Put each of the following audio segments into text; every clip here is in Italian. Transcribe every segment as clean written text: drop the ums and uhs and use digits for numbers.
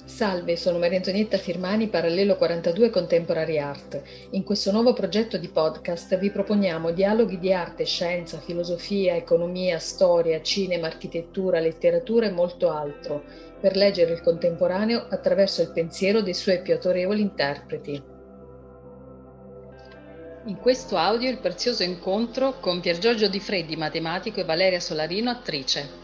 Salve, sono Maria Antonietta Firmani, Parallelo 42 Contemporary Art. In questo nuovo progetto di podcast vi proponiamo dialoghi di arte, scienza, filosofia, economia, storia, cinema, architettura, letteratura e molto altro, per leggere il contemporaneo attraverso il pensiero dei suoi più autorevoli interpreti. In questo audio il prezioso incontro con Pier Giorgio Di Freddi, matematico, e Valeria Solarino, attrice.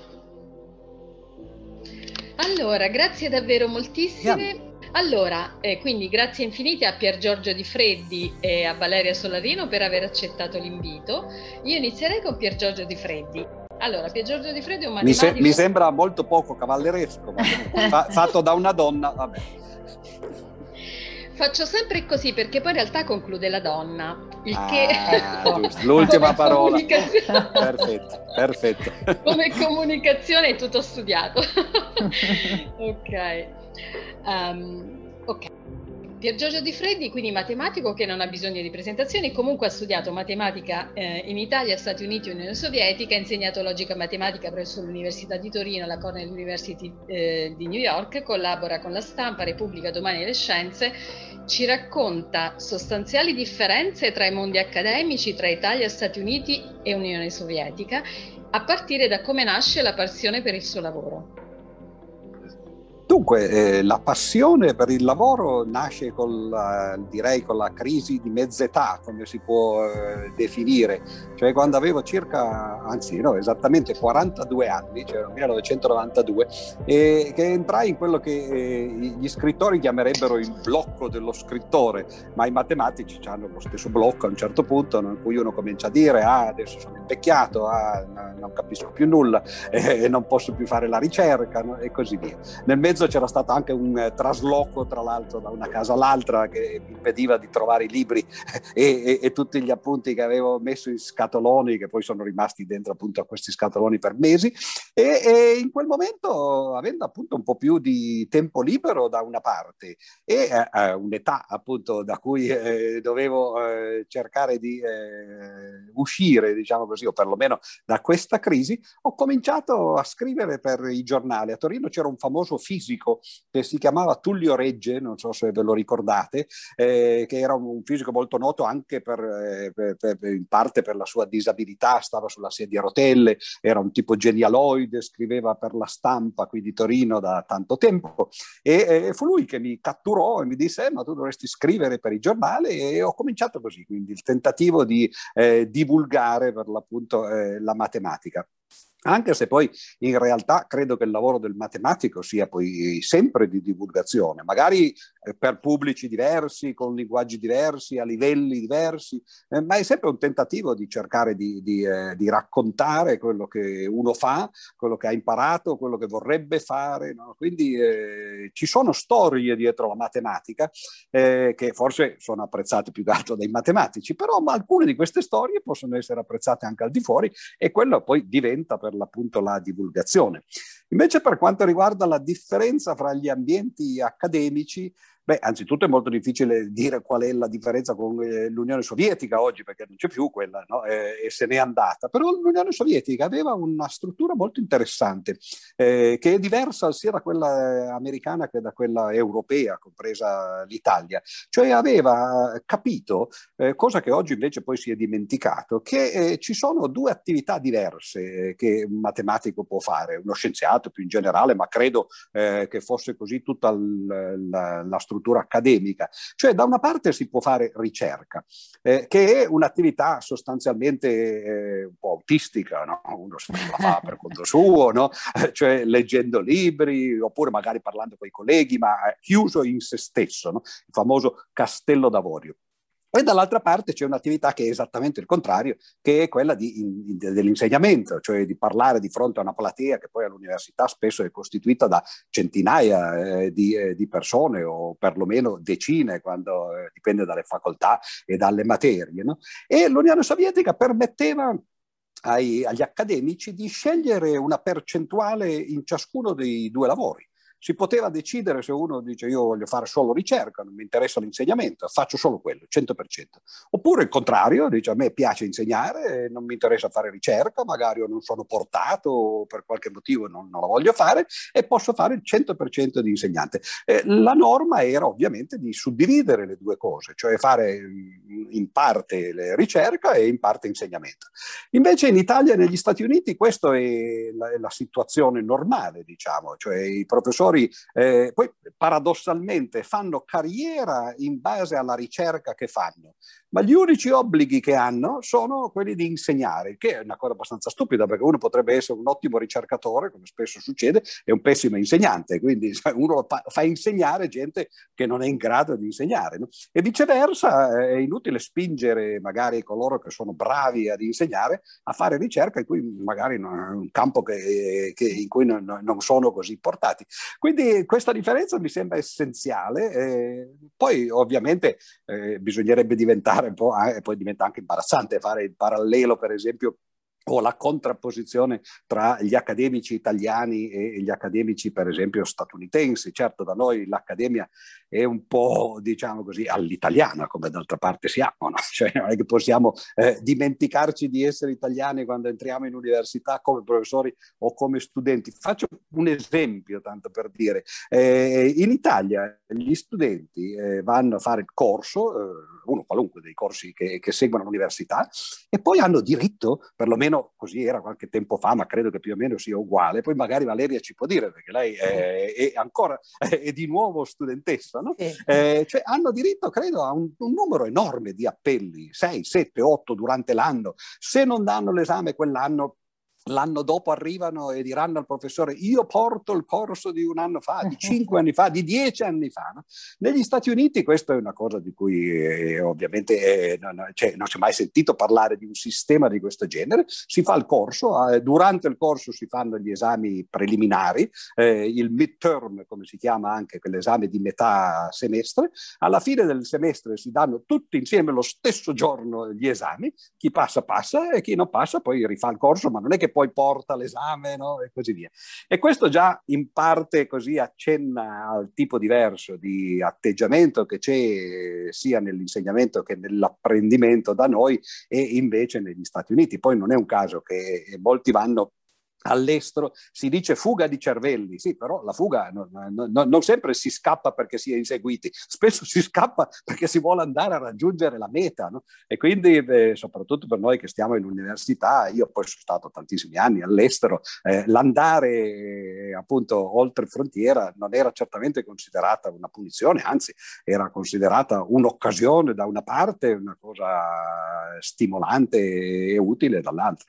Allora, grazie davvero moltissime. Allora, quindi grazie infinite a Pier Giorgio Di Freddi e a Valeria Solarino per aver accettato l'invito. Io inizierei con Pier Giorgio Di Freddi. Allora, Pier Giorgio Di Freddi è un matematico... Mi sembra molto poco cavalleresco, ma fatto da una donna, vabbè. Faccio sempre così perché poi in realtà conclude la donna, il che... Giusto. L'ultima parola. Perfetto. Come comunicazione è tutto studiato. Ok. Pier Giorgio Di Freddi, quindi matematico che non ha bisogno di presentazioni, comunque ha studiato matematica in Italia, Stati Uniti e Unione Sovietica, ha insegnato logica matematica presso l'Università di Torino e la Cornell University di New York, collabora con La Stampa, Repubblica, Domani e le Scienze, ci racconta sostanziali differenze tra i mondi accademici, tra Italia, Stati Uniti e Unione Sovietica, a partire da come nasce la passione per il suo lavoro. Dunque, la passione per il lavoro nasce direi con la crisi di mezz'età, come si può definire, cioè quando avevo esattamente 42 anni, cioè nel 1992, e che entrai in quello che gli scrittori chiamerebbero il blocco dello scrittore, ma i matematici hanno lo stesso blocco a un certo punto, in cui uno comincia a dire adesso sono invecchiato, non capisco più nulla, non posso più fare la ricerca, no? E così via. Nel mezzo c'era stato anche un trasloco, tra l'altro, da una casa all'altra che mi impediva di trovare i libri e tutti gli appunti che avevo messo in scatoloni, che poi sono rimasti dentro appunto a questi scatoloni per mesi, e in quel momento, avendo appunto un po' più di tempo libero da una parte e un'età appunto da cui dovevo cercare di uscire, diciamo così, o perlomeno da questa crisi, ho cominciato a scrivere per i giornali. A Torino c'era un famoso fisico che si chiamava Tullio Regge, non so se ve lo ricordate, che era un fisico molto noto anche in parte per la sua disabilità, stava sulla sedia a rotelle, era un tipo genialoide, scriveva per La Stampa qui di Torino da tanto tempo, e fu lui che mi catturò e mi disse ma tu dovresti scrivere per i giornali, e ho cominciato così, quindi il tentativo di divulgare per l'appunto la matematica. Anche se poi in realtà credo che il lavoro del matematico sia poi sempre di divulgazione, magari per pubblici diversi, con linguaggi diversi, a livelli diversi, ma è sempre un tentativo di cercare di raccontare quello che uno fa, quello che ha imparato, quello che vorrebbe fare, no? Quindi ci sono storie dietro la matematica che forse sono apprezzate più che altro dai matematici, però alcune di queste storie possono essere apprezzate anche al di fuori, e quello poi diventa per l'appunto la divulgazione. Invece per quanto riguarda la differenza fra gli ambienti accademici, anzitutto è molto difficile dire qual è la differenza con l'Unione Sovietica oggi, perché non c'è più quella, no? E se n'è andata. Però l'Unione Sovietica aveva una struttura molto interessante, che è diversa sia da quella americana che da quella europea, compresa l'Italia. Cioè aveva capito, cosa che oggi invece poi si è dimenticato, che ci sono due attività diverse che un matematico può fare, uno scienziato più in generale, ma credo che fosse così tutta la struttura accademica. Cioè da una parte si può fare ricerca, che è un'attività sostanzialmente un po' autistica, no? Uno la fa per conto suo, no? Cioè leggendo libri oppure magari parlando con i colleghi, ma chiuso in se stesso, no? Il famoso castello d'avorio. E dall'altra parte c'è un'attività che è esattamente il contrario, che è quella dell'insegnamento, cioè di parlare di fronte a una platea che poi all'università spesso è costituita da centinaia di persone, o perlomeno decine, quando dipende dalle facoltà e dalle materie, no? E l'Unione Sovietica permetteva agli accademici di scegliere una percentuale in ciascuno dei due lavori. si poteva decidere se uno dice io voglio fare solo ricerca, non mi interessa l'insegnamento, faccio solo quello, 100%. Oppure il contrario, dice a me piace insegnare, non mi interessa fare ricerca, magari io non sono portato o per qualche motivo non la voglio fare e posso fare il 100% di insegnante. La norma era ovviamente di suddividere le due cose, cioè fare in parte ricerca e in parte insegnamento. Invece in Italia e negli Stati Uniti questa è la situazione normale, diciamo, cioè i professori poi paradossalmente fanno carriera in base alla ricerca che fanno, ma gli unici obblighi che hanno sono quelli di insegnare, che è una cosa abbastanza stupida perché uno potrebbe essere un ottimo ricercatore, come spesso succede, e un pessimo insegnante, quindi uno fa insegnare gente che non è in grado di insegnare, no? E viceversa è inutile spingere magari coloro che sono bravi ad insegnare a fare ricerca in cui magari non è un campo in cui non sono così portati. Quindi questa differenza mi sembra essenziale. Poi ovviamente bisognerebbe diventare un po', e poi diventa anche imbarazzante fare il parallelo, per esempio, o la contrapposizione tra gli accademici italiani e gli accademici, per esempio, statunitensi. Certo, da noi l'accademia è un po', diciamo così, all'italiana, come d'altra parte siamo, no? Cioè non è che possiamo dimenticarci di essere italiani quando entriamo in università come professori o come studenti. Faccio un esempio, tanto per dire. In Italia gli studenti vanno a fare il corso, uno qualunque dei corsi che seguono all'università, e poi hanno diritto, perlomeno così era qualche tempo fa, ma credo che più o meno sia uguale, poi magari Valeria ci può dire, perché lei è ancora, è di nuovo studentessa, no? Cioè hanno diritto, credo, a un numero enorme di appelli, 6, 7, 8 durante l'anno. Se non danno l'esame quell'anno, l'anno dopo arrivano e diranno al professore io porto il corso di un anno fa, di 5 anni fa, di 10 anni fa. No? Negli Stati Uniti questa è una cosa di cui ovviamente non si è mai sentito parlare di un sistema di questo genere. Si fa il corso, durante il corso si fanno gli esami preliminari, il midterm come si chiama anche quell'esame di metà semestre, alla fine del semestre si danno tutti insieme lo stesso giorno gli esami, chi passa passa e chi non passa poi rifà il corso, ma non è che poi porta l'esame, no? E così via. E questo già in parte così accenna al tipo diverso di atteggiamento che c'è sia nell'insegnamento che nell'apprendimento da noi e invece negli Stati Uniti. Poi non è un caso che molti vanno all'estero, si dice fuga di cervelli, sì, però la fuga non sempre si scappa perché si è inseguiti, spesso si scappa perché si vuole andare a raggiungere la meta, no? E quindi soprattutto per noi che stiamo in università, io poi sono stato tantissimi anni all'estero, l'andare appunto oltre frontiera non era certamente considerata una punizione, anzi era considerata un'occasione da una parte, una cosa stimolante e utile dall'altra.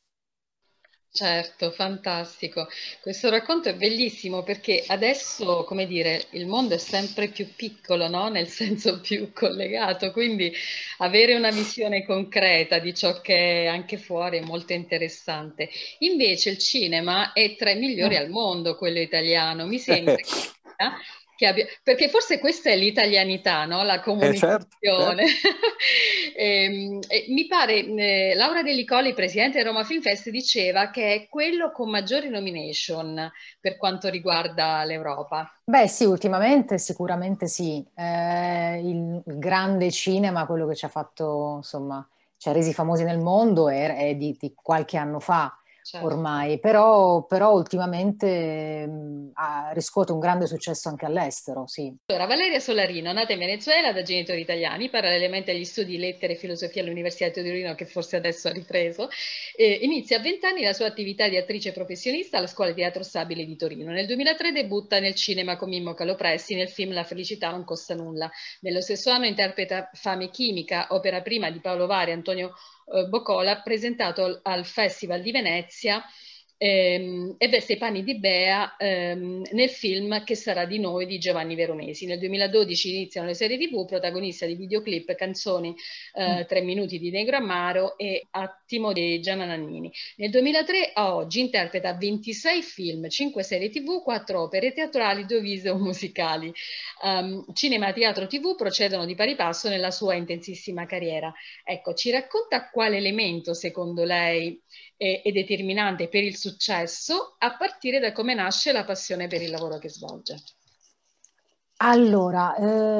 Certo, fantastico. Questo racconto è bellissimo perché adesso, come dire, il mondo è sempre più piccolo, no? Nel senso più collegato, quindi avere una visione concreta di ciò che è anche fuori è molto interessante. Invece il cinema è tra i migliori al mondo, quello italiano. Mi sembra perché forse questa è l'italianità, no? La Certo, comunicazione. certo. Mi pare, Laura Deli Colli, presidente del Roma Film Fest, diceva che è quello con maggiori nomination per quanto riguarda l'Europa. Beh, sì, ultimamente sicuramente sì. Il grande cinema, quello che ci ha fatto, insomma, ci ha resi famosi nel mondo è di qualche anno fa Certo. ormai, però ultimamente riscuote un grande successo anche all'estero, sì. Allora, Valeria Solarino, nata in Venezuela da genitori italiani, parallelamente agli studi di lettere e filosofia all'Università di Torino, che forse adesso ha ripreso, inizia a 20 anni la sua attività di attrice professionista alla Scuola di Teatro Stabile di Torino. Nel 2003 debutta nel cinema con Mimmo Calopressi nel film La felicità non costa nulla. Nello stesso anno interpreta Fame chimica, opera prima di Paolo Vari e Antonio Bocola, presentato al Festival di Venezia e veste i panni di Bea nel film Che sarà di noi di Giovanni Veronesi. Nel 2012 iniziano le serie TV, protagonista di videoclip, canzoni 3 minuti di Negro Amaro e Attimo di Gianna Nannini. Nel 2003 a oggi interpreta 26 film, 5 serie TV, 4 opere teatrali, 2 video musicali. Cinema, teatro, TV procedono di pari passo nella sua intensissima carriera. Ecco, ci racconta quale elemento secondo lei e determinante per il successo, a partire da come nasce la passione per il lavoro che svolge. Allora,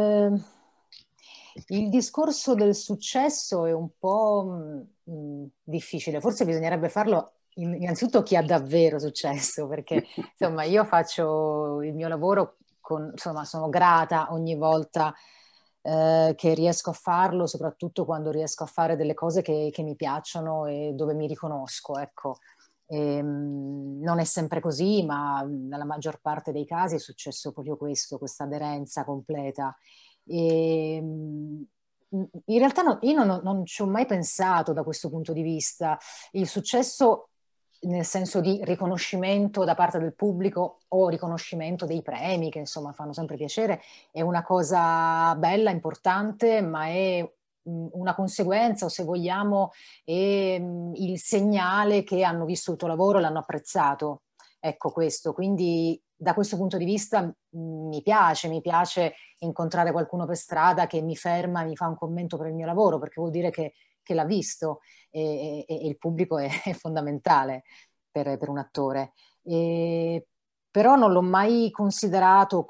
il discorso del successo è un po' difficile, forse bisognerebbe farlo innanzitutto chi ha davvero successo, perché insomma io faccio il mio lavoro insomma sono grata ogni volta che riesco a farlo, soprattutto quando riesco a fare delle cose che mi piacciono e dove mi riconosco, ecco. Non è sempre così, ma nella maggior parte dei casi è successo proprio questo, questa aderenza completa. E, in realtà io non ci ho mai pensato da questo punto di vista. Il successo nel senso di riconoscimento da parte del pubblico o riconoscimento dei premi, che insomma fanno sempre piacere, è una cosa bella, importante, ma è una conseguenza, o se vogliamo, è il segnale che hanno visto il tuo lavoro e l'hanno apprezzato. Ecco questo, quindi da questo punto di vista mi piace incontrare qualcuno per strada che mi ferma e mi fa un commento per il mio lavoro, perché vuol dire che l'ha visto e il pubblico è fondamentale per un attore. Però non l'ho mai considerato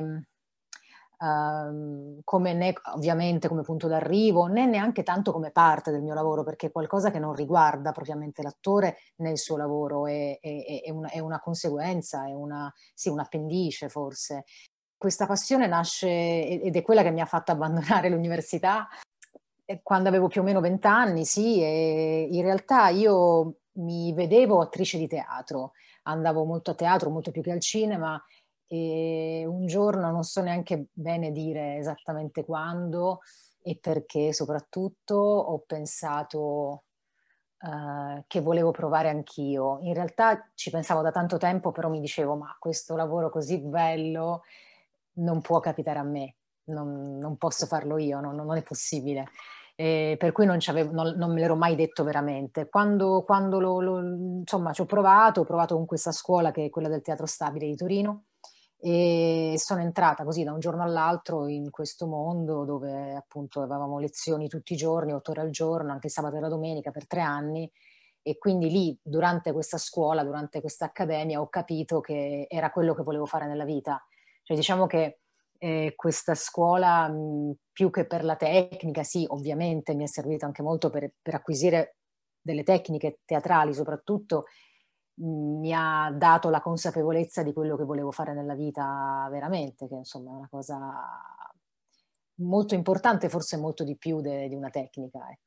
come né ovviamente come punto d'arrivo, né neanche tanto come parte del mio lavoro, perché è qualcosa che non riguarda propriamente l'attore né il suo lavoro, è una conseguenza, sì, un appendice forse. Questa passione nasce, ed è quella che mi ha fatto abbandonare l'università quando avevo più o meno 20 anni, sì, e in realtà io mi vedevo attrice di teatro, andavo molto a teatro, molto più che al cinema, e un giorno, non so neanche bene dire esattamente quando e perché soprattutto, ho pensato che volevo provare anch'io. In realtà ci pensavo da tanto tempo, però mi dicevo, ma questo lavoro così bello non può capitare a me, non posso farlo io, non è possibile. Per cui non me l'ero mai detto veramente. Quando insomma, ho provato con questa scuola che è quella del Teatro Stabile di Torino, e sono entrata così da un giorno all'altro in questo mondo dove appunto avevamo lezioni tutti i giorni, 8 ore al giorno, anche il sabato e la domenica per 3 anni, e quindi lì durante questa scuola, durante questa accademia ho capito che era quello che volevo fare nella vita. Cioè diciamo che questa scuola più che per la tecnica, sì, ovviamente mi è servita anche molto per acquisire delle tecniche teatrali soprattutto, mi ha dato la consapevolezza di quello che volevo fare nella vita veramente, che insomma è una cosa molto importante, forse molto di più di una tecnica, ecco.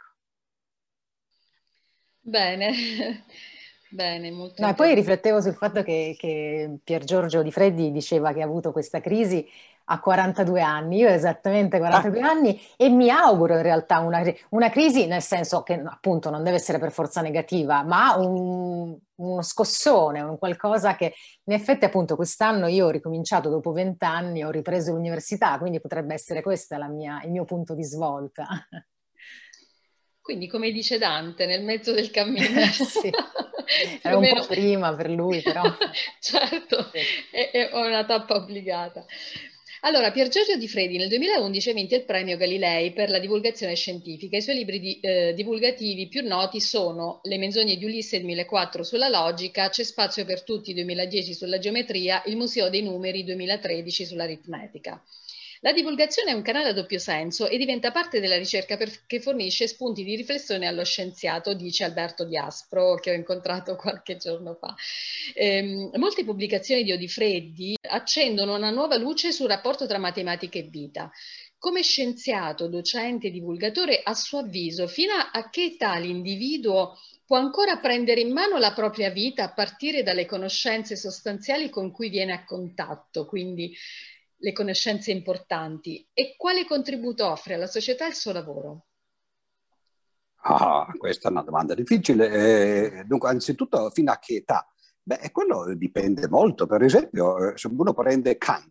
Bene, bene, molto No, e poi interessante. riflettevo sul fatto che Pier Giorgio Di Freddi diceva che ha avuto questa crisi a 42 anni, io esattamente Ah, 42 anni, e mi auguro in realtà una crisi, nel senso che appunto non deve essere per forza negativa, ma uno scossone, un qualcosa che in effetti appunto quest'anno io ho ricominciato dopo 20 anni, ho ripreso l'università, quindi potrebbe essere questo il mio punto di svolta. Quindi, come dice Dante, nel mezzo del cammino, Sì, più era o un po' meno. prima per lui, però. Certo, Sì. è una tappa obbligata. Allora, Pier Giorgio Di Fredi nel 2011 ha vinto il premio Galilei per la divulgazione scientifica. I suoi libri divulgativi più noti sono Le menzogne di Ulisse del 2004 sulla logica, C'è spazio per tutti 2010 sulla geometria, Il Museo dei Numeri 2013 sull'aritmetica. La divulgazione è un canale a doppio senso e diventa parte della ricerca che fornisce spunti di riflessione allo scienziato, dice Alberto Diaspro, che ho incontrato qualche giorno fa. Molte pubblicazioni di Odifreddi accendono una nuova luce sul rapporto tra matematica e vita. Come scienziato, docente e divulgatore, a suo avviso, fino a che età l'individuo può ancora prendere in mano la propria vita a partire dalle conoscenze sostanziali con cui viene a contatto, quindi le conoscenze importanti, e quale contributo offre alla società il suo lavoro? questa è una domanda difficile. Dunque, anzitutto, fino a che età? Beh, quello dipende molto. Per esempio, se uno prende Kant,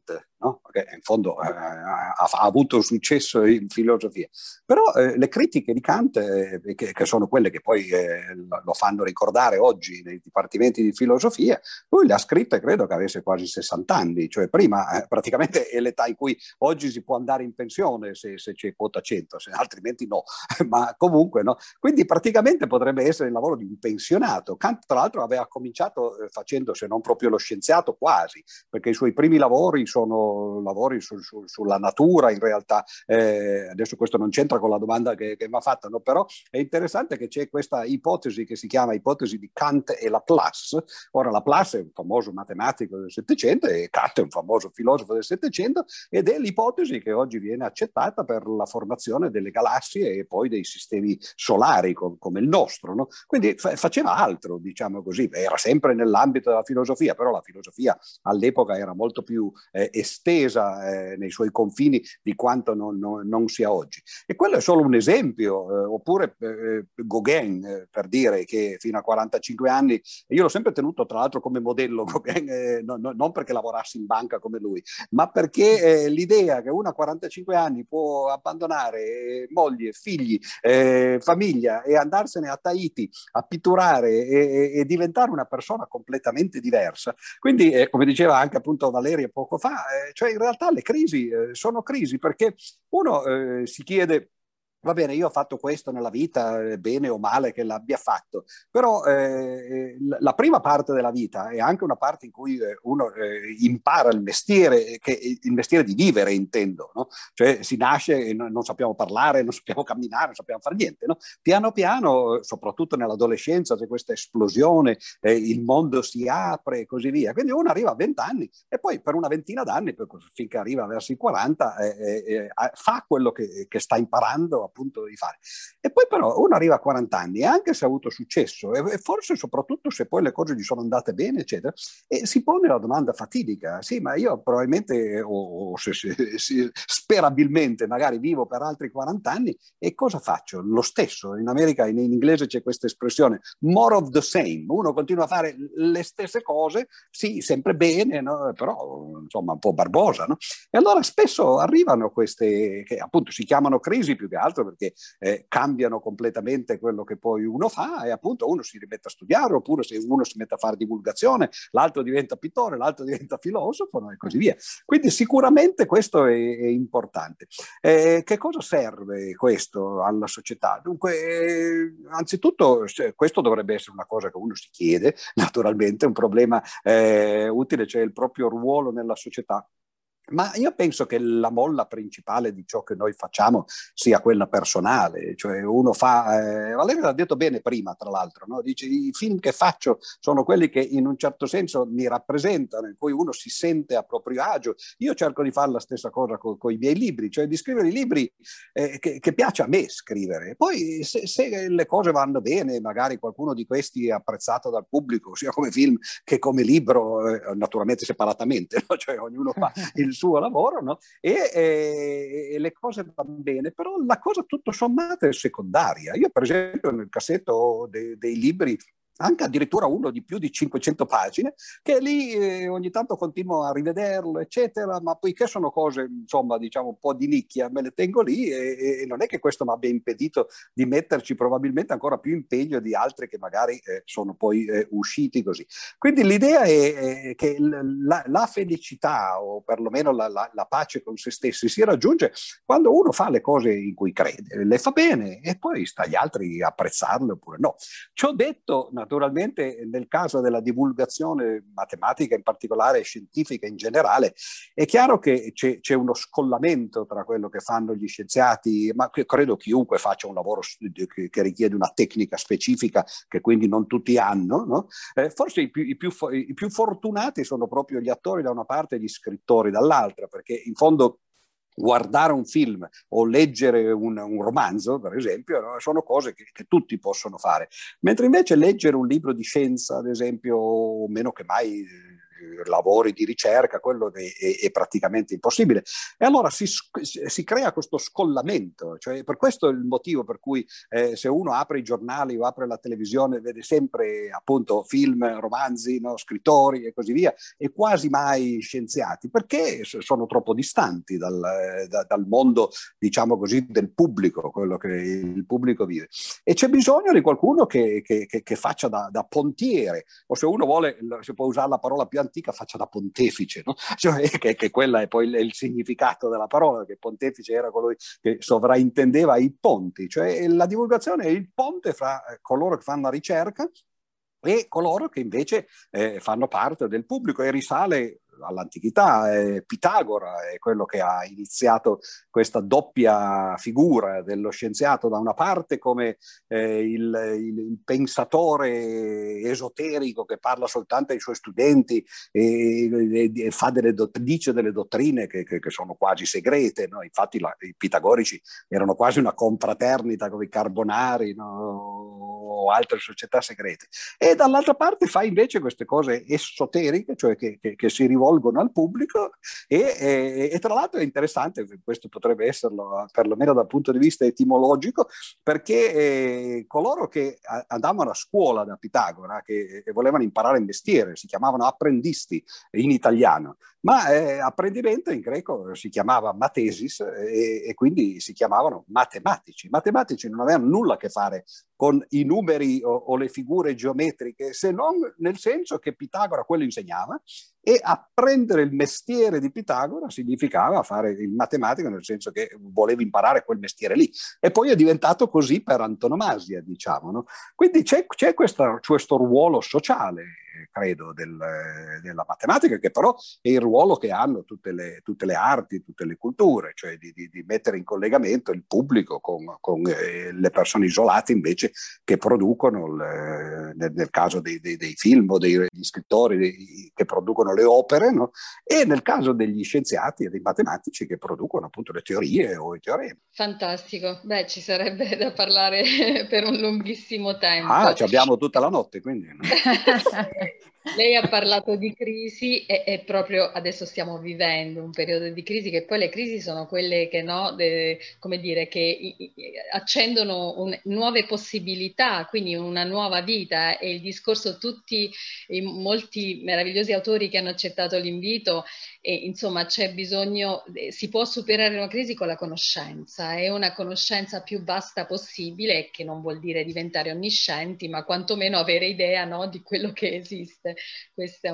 no? Che in fondo ha avuto un successo in filosofia. Però le critiche di Kant, che sono quelle che poi lo fanno ricordare oggi nei dipartimenti di filosofia, lui le ha scritte credo che avesse quasi 60 anni, cioè prima praticamente è l'età in cui oggi si può andare in pensione se c'è quota 100, altrimenti no, ma comunque no. Quindi praticamente potrebbe essere il lavoro di un pensionato. Kant tra l'altro aveva cominciato facendo, se non proprio lo scienziato, quasi, perché i suoi primi lavori sono lavori sulla natura in realtà. Adesso questo non c'entra con la domanda che mi ha fatto, no? Però è interessante che c'è questa ipotesi che si chiama ipotesi di Kant e Laplace. Ora Laplace è un famoso matematico del Settecento e Kant è un famoso filosofo del Settecento, ed è l'ipotesi che oggi viene accettata per la formazione delle galassie e poi dei sistemi solari come il nostro, no? Quindi faceva altro, diciamo così, era sempre nell'ambito della filosofia, però la filosofia all'epoca era molto più estesa nei suoi confini di quanto non sia oggi. E quello è solo un esempio, oppure Gauguin, per dire che fino a 45 anni, io l'ho sempre tenuto tra l'altro come modello Gauguin, non perché lavorassi in banca come lui, ma perché l'idea che uno a 45 anni può abbandonare moglie, figli, famiglia e andarsene a Tahiti a pitturare e diventare una persona completamente diversa. Quindi, come diceva anche appunto Valeria poco fa, cioè in realtà le crisi sono crisi perché uno si chiede: va bene, io ho fatto questo nella vita, bene o male che l'abbia fatto, però la prima parte della vita è anche una parte in cui uno impara il mestiere di vivere, intendo, no? Cioè si nasce e non sappiamo parlare, non sappiamo camminare, non sappiamo fare niente, no? Piano piano, soprattutto nell'adolescenza, c'è questa esplosione, il mondo si apre e così via. Quindi uno arriva a 20 anni e poi per una ventina d'anni, finché arriva verso i 40, fa quello che sta imparando appunto di fare. E poi però uno arriva a 40 anni e anche se ha avuto successo e forse soprattutto se poi le cose gli sono andate bene eccetera, e si pone la domanda fatidica: sì, ma io probabilmente o sperabilmente magari vivo per altri 40 anni e cosa faccio? Lo stesso. In America in inglese c'è questa espressione more of the same, uno continua a fare le stesse cose, sì, sempre bene, no? Però insomma un po' barbosa, no? E allora spesso arrivano queste che appunto si chiamano crisi più che altro perché cambiano completamente quello che poi uno fa e appunto uno si rimette a studiare, oppure se uno si mette a fare divulgazione, l'altro diventa pittore, l'altro diventa filosofo, no? E così via. Quindi sicuramente questo è importante. Che cosa serve questo alla società? Dunque, anzitutto questo dovrebbe essere una cosa che uno si chiede, naturalmente, un problema utile, cioè il proprio ruolo nella società. Ma io penso che la molla principale di ciò che noi facciamo sia quella personale, cioè uno fa, Valerio l'ha detto bene prima tra l'altro, no? Dice i film che faccio sono quelli che in un certo senso mi rappresentano, in cui uno si sente a proprio agio. Io cerco di fare la stessa cosa con i miei libri, cioè di scrivere i libri che piace a me scrivere. Poi se le cose vanno bene, magari qualcuno di questi è apprezzato dal pubblico, sia come film che come libro, naturalmente separatamente, no? Cioè ognuno fa il suo lavoro, no? E le cose vanno bene, però la cosa tutto sommato è secondaria. Io per esempio nel cassetto dei libri, anche addirittura uno di più di 500 pagine, che lì ogni tanto continuo a rivederlo, eccetera, ma poiché sono cose, insomma, diciamo un po' di nicchia, me le tengo lì e non è che questo mi abbia impedito di metterci probabilmente ancora più impegno di altri che magari sono poi usciti così. Quindi l'idea è che la felicità o perlomeno la pace con se stessi si raggiunge quando uno fa le cose in cui crede, le fa bene e poi sta agli altri apprezzarle oppure no. Ciò detto, naturalmente nel caso della divulgazione matematica in particolare e scientifica in generale, è chiaro che c'è uno scollamento tra quello che fanno gli scienziati, ma credo chiunque faccia un lavoro che richiede una tecnica specifica che quindi non tutti hanno, no? Forse i più fortunati sono proprio gli attori da una parte e gli scrittori dall'altra, perché in fondo guardare un film o leggere un romanzo, per esempio, no? Sono cose che tutti possono fare. Mentre invece leggere un libro di scienza, ad esempio, meno che mai lavori di ricerca, quello è praticamente impossibile. E allora si crea questo scollamento, cioè per questo è il motivo per cui se uno apre i giornali o apre la televisione vede sempre appunto film, romanzi, no, scrittori e così via, e quasi mai scienziati, perché sono troppo distanti dal mondo, diciamo così, del pubblico, quello che il pubblico vive. E c'è bisogno di qualcuno che faccia da pontiere, o se uno vuole, se può usare la parola più antica, faccia da pontefice, no? Cioè, che quella è poi il significato della parola, che pontefice era colui che sovraintendeva i ponti, cioè la divulgazione è il ponte fra coloro che fanno la ricerca e coloro che invece fanno parte del pubblico, e risale all'antichità. Pitagora è quello che ha iniziato questa doppia figura dello scienziato, da una parte come il pensatore esoterico che parla soltanto ai suoi studenti e fa dice delle dottrine che sono quasi segrete, no? Infatti i pitagorici erano quasi una confraternita come i Carbonari, no? O altre società segrete. E dall'altra parte fa invece queste cose esoteriche, cioè che si rivolgono al pubblico, e tra l'altro è interessante, questo potrebbe esserlo perlomeno dal punto di vista etimologico, perché coloro che andavano a scuola da Pitagora, che volevano imparare il mestiere, si chiamavano apprendisti in italiano, ma apprendimento in greco si chiamava matesis, e quindi si chiamavano matematici. I matematici non avevano nulla a che fare con i numeri o le figure geometriche, se non nel senso che Pitagora quello insegnava, e apprendere il mestiere di Pitagora significava fare il matematico, nel senso che volevi imparare quel mestiere lì. E poi è diventato così per antonomasia, diciamo, no? Quindi c'è questo ruolo sociale, credo, della matematica, che però è il ruolo che hanno tutte le arti, tutte le culture, cioè di mettere in collegamento il pubblico con le persone isolate invece che producono, nel caso dei film o degli scrittori che producono le opere, no? E nel caso degli scienziati e dei matematici che producono appunto le teorie o i teoremi. Fantastico, beh, ci sarebbe da parlare per un lunghissimo tempo. Ci abbiamo tutta la notte, quindi. Lei ha parlato di crisi e proprio adesso stiamo vivendo un periodo di crisi, che poi le crisi sono quelle che, no, come dire, che accendono nuove possibilità, quindi una nuova vita, e il discorso, molti meravigliosi autori che hanno accettato l'invito, e insomma c'è bisogno, si può superare una crisi con la conoscenza, e una conoscenza più vasta possibile, che non vuol dire diventare onniscienti, ma quantomeno avere idea, no, di quello che esiste. Questa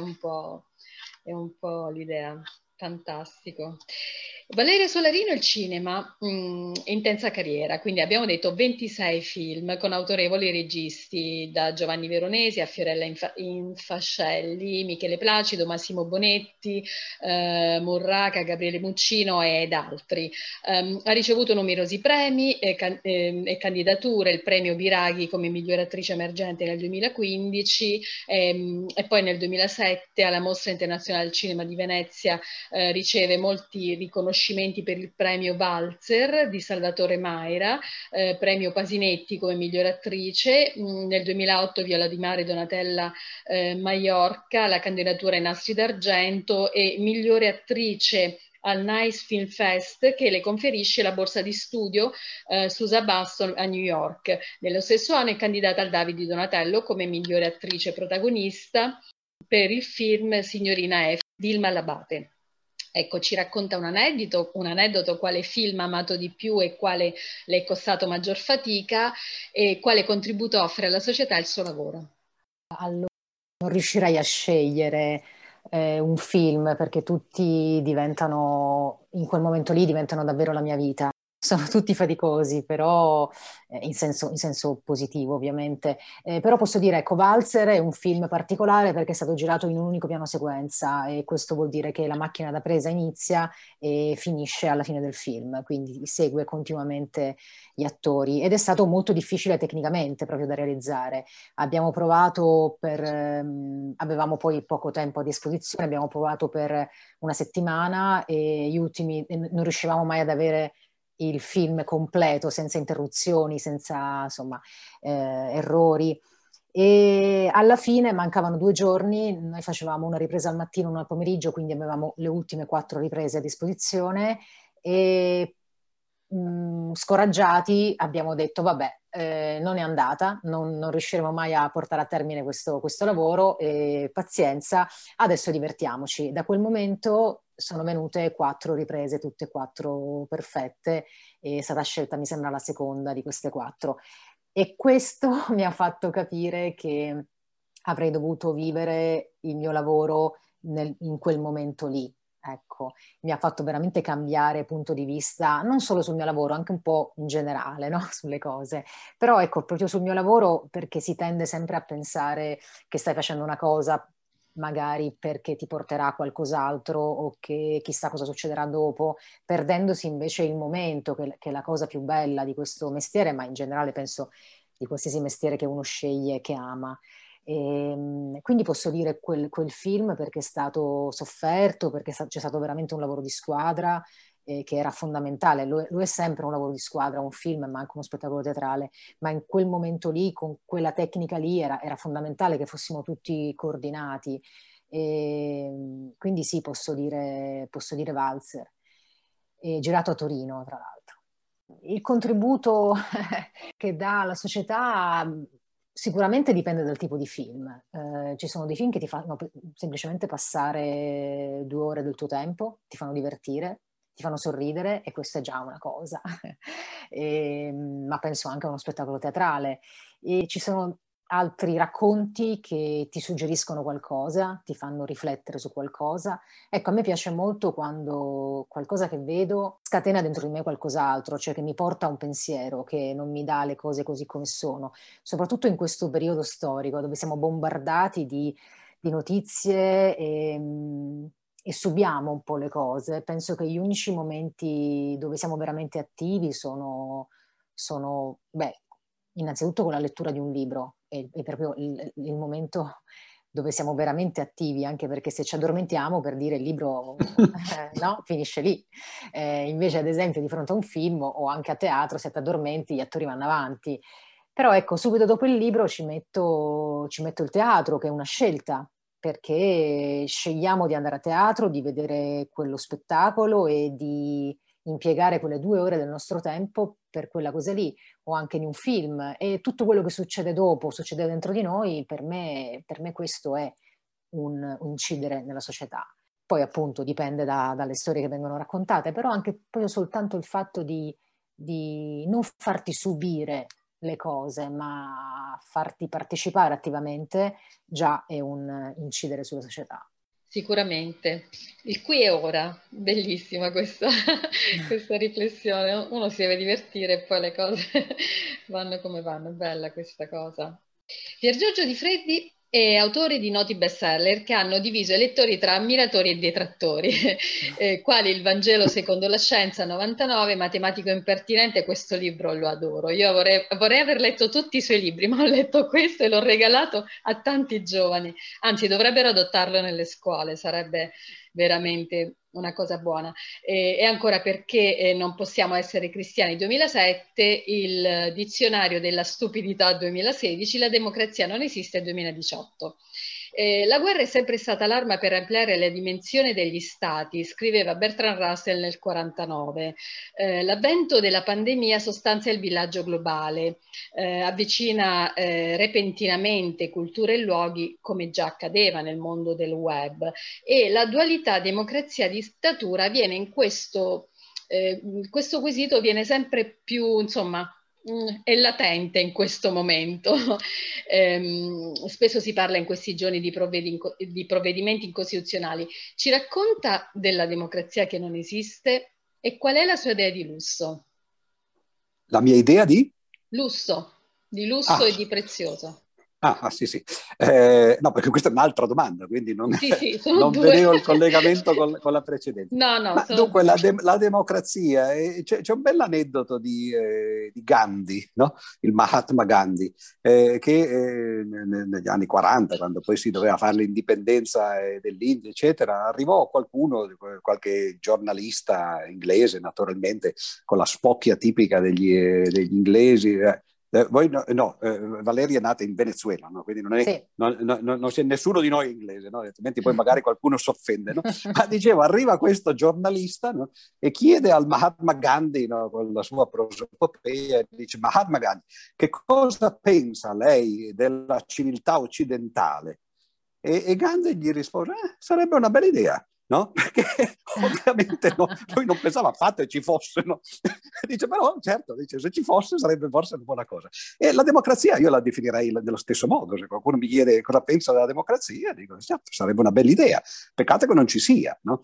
è un po' l'idea. Fantastico. Valeria Solarino, il cinema, intensa carriera, quindi abbiamo detto 26 film con autorevoli registi, da Giovanni Veronesi a Fiorella Infascelli, Michele Placido, Massimo Bonetti, Murraca, Gabriele Muccino ed altri. Ha ricevuto numerosi premi e candidature, il premio Biraghi come migliore attrice emergente nel 2015, e poi nel 2007 alla Mostra Internazionale del Cinema di Venezia riceve molti riconoscimenti per il premio Walzer di Salvatore Maira, premio Pasinetti come migliore attrice, nel 2008 Viola di Mare Donatella Maiorca, la candidatura ai Nastri d'Argento, e migliore attrice al Nice Film Fest, che le conferisce la borsa di studio Susa Baston a New York. Nello stesso anno è candidata al David di Donatello come migliore attrice protagonista per il film Signorina F di Ilma Labate. Ecco, ci racconta un aneddoto, quale film ha amato di più e quale le è costato maggior fatica, e quale contributo offre alla società il suo lavoro. Allora, non riuscirei a scegliere un film, perché tutti diventano, in quel momento lì, diventano davvero la mia vita. Sono tutti faticosi, però in senso positivo, ovviamente. Però posso dire, ecco, Walzer è un film particolare perché è stato girato in un unico piano sequenza, e questo vuol dire che la macchina da presa inizia e finisce alla fine del film, quindi segue continuamente gli attori, ed è stato molto difficile tecnicamente proprio da realizzare. Abbiamo provato avevamo poi poco tempo a disposizione, abbiamo provato per una settimana, e gli ultimi non riuscivamo mai ad avere il film completo, senza interruzioni, senza, insomma, errori. E alla fine mancavano 2 giorni, noi facevamo una ripresa al mattino, una al pomeriggio, quindi avevamo le ultime 4 riprese a disposizione e scoraggiati abbiamo detto vabbè, non è andata, non riusciremo mai a portare a termine questo lavoro, pazienza, adesso divertiamoci. Da quel momento sono venute 4 riprese, tutte e 4 perfette, e è stata scelta, mi sembra, la seconda di queste 4. E questo mi ha fatto capire che avrei dovuto vivere il mio lavoro in quel momento lì. Ecco, mi ha fatto veramente cambiare punto di vista, non solo sul mio lavoro, anche un po' in generale, no? Sulle cose. Però ecco, proprio sul mio lavoro, perché si tende sempre a pensare che stai facendo una cosa magari perché ti porterà a qualcos'altro o che chissà cosa succederà dopo, perdendosi invece il momento, che è la cosa più bella di questo mestiere, ma in generale penso di qualsiasi mestiere che uno sceglie e che ama. Quindi posso dire quel film perché è stato sofferto, perché c'è stato veramente un lavoro di squadra che era fondamentale. Lo è sempre un lavoro di squadra, un film, ma anche uno spettacolo teatrale, ma in quel momento lì, con quella tecnica lì, era fondamentale che fossimo tutti coordinati. Quindi sì, posso dire Walzer. Girato a Torino, tra l'altro. Il contributo che dà alla società sicuramente dipende dal tipo di film. Ci sono dei film che ti fanno semplicemente passare 2 ore del tuo tempo, ti fanno divertire, ti fanno sorridere e questa è già una cosa. Ma penso anche a uno spettacolo teatrale. E ci sono altri racconti che ti suggeriscono qualcosa, ti fanno riflettere su qualcosa. Ecco, a me piace molto quando qualcosa che vedo scatena dentro di me qualcos'altro, cioè che mi porta a un pensiero, che non mi dà le cose così come sono, soprattutto in questo periodo storico dove siamo bombardati di notizie e subiamo un po' le cose. Penso che gli unici momenti dove siamo veramente attivi sono beh, innanzitutto con la lettura di un libro, è proprio il momento dove siamo veramente attivi, anche perché se ci addormentiamo, per dire, il libro no, finisce lì. Invece, ad esempio, di fronte a un film o anche a teatro, se ti addormenti, gli attori vanno avanti. Però ecco, subito dopo il libro ci metto il teatro, che è una scelta, perché scegliamo di andare a teatro, di vedere quello spettacolo e di impiegare quelle 2 ore del nostro tempo per quella cosa lì, o anche in un film. E tutto quello che succede dopo, succede dentro di noi, per me questo è un incidere nella società. Poi appunto dipende dalle storie che vengono raccontate, però anche proprio soltanto il fatto di non farti subire le cose, ma farti partecipare attivamente, già è un incidere sulla società. Sicuramente. Il qui e ora, bellissima questa, questa riflessione. Uno si deve divertire e poi le cose vanno come vanno. Bella questa cosa. Pier Giorgio Di Freddi è autore di noti bestseller che hanno diviso i lettori tra ammiratori e detrattori, quali Il Vangelo secondo la scienza 99, Matematico impertinente. Questo libro lo adoro. Io vorrei aver letto tutti i suoi libri, ma ho letto questo e l'ho regalato a tanti giovani. Anzi, dovrebbero adottarlo nelle scuole, sarebbe veramente una cosa buona. E ancora perché non possiamo essere cristiani 2007, il dizionario della stupidità 2016, la democrazia non esiste 2018. La guerra è sempre stata l'arma per ampliare la dimensione degli stati, scriveva Bertrand Russell nel 1949. L'avvento della pandemia sostanzia il villaggio globale, avvicina repentinamente culture e luoghi, come già accadeva nel mondo del web, e la dualità democrazia-dittatura viene in questo quesito viene sempre più, insomma, è latente in questo momento. Spesso si parla in questi giorni di provvedimenti incostituzionali. Ci racconta della democrazia che non esiste e qual è la sua idea di lusso? La mia idea di? Lusso, di lusso e di prezioso. Sì, sì. No, perché questa è un'altra domanda, quindi non, Sì, sono non due. vedevo il collegamento con la precedente. No, Ma sono dunque, due. la democrazia, c'è un bell'aneddoto di Gandhi, no? Il Mahatma Gandhi, che negli anni 40, quando poi si doveva fare l'indipendenza dell'India, eccetera, arrivò qualcuno, qualche giornalista inglese, naturalmente, con la spocchia tipica degli inglesi, Voi Valeria è nata in Venezuela, no? Quindi Sì. non c'è nessuno di noi inglese, no? Altrimenti poi magari qualcuno si offende, no? Ma dicevo, arriva questo giornalista, no? E chiede al Mahatma Gandhi, no? Con la sua prosopopea, dice: Mahatma Gandhi, che cosa pensa lei della civiltà occidentale? E Gandhi gli risponde: sarebbe una bella idea. No? Perché ovviamente lui non pensava affatto che ci fosse, no? Dice, però certo, dice, se ci fosse sarebbe forse una buona cosa. E la democrazia io la definirei nello stesso modo. Se qualcuno mi chiede cosa pensa della democrazia, dico, certo, sarebbe una bella idea. Peccato che non ci sia, no?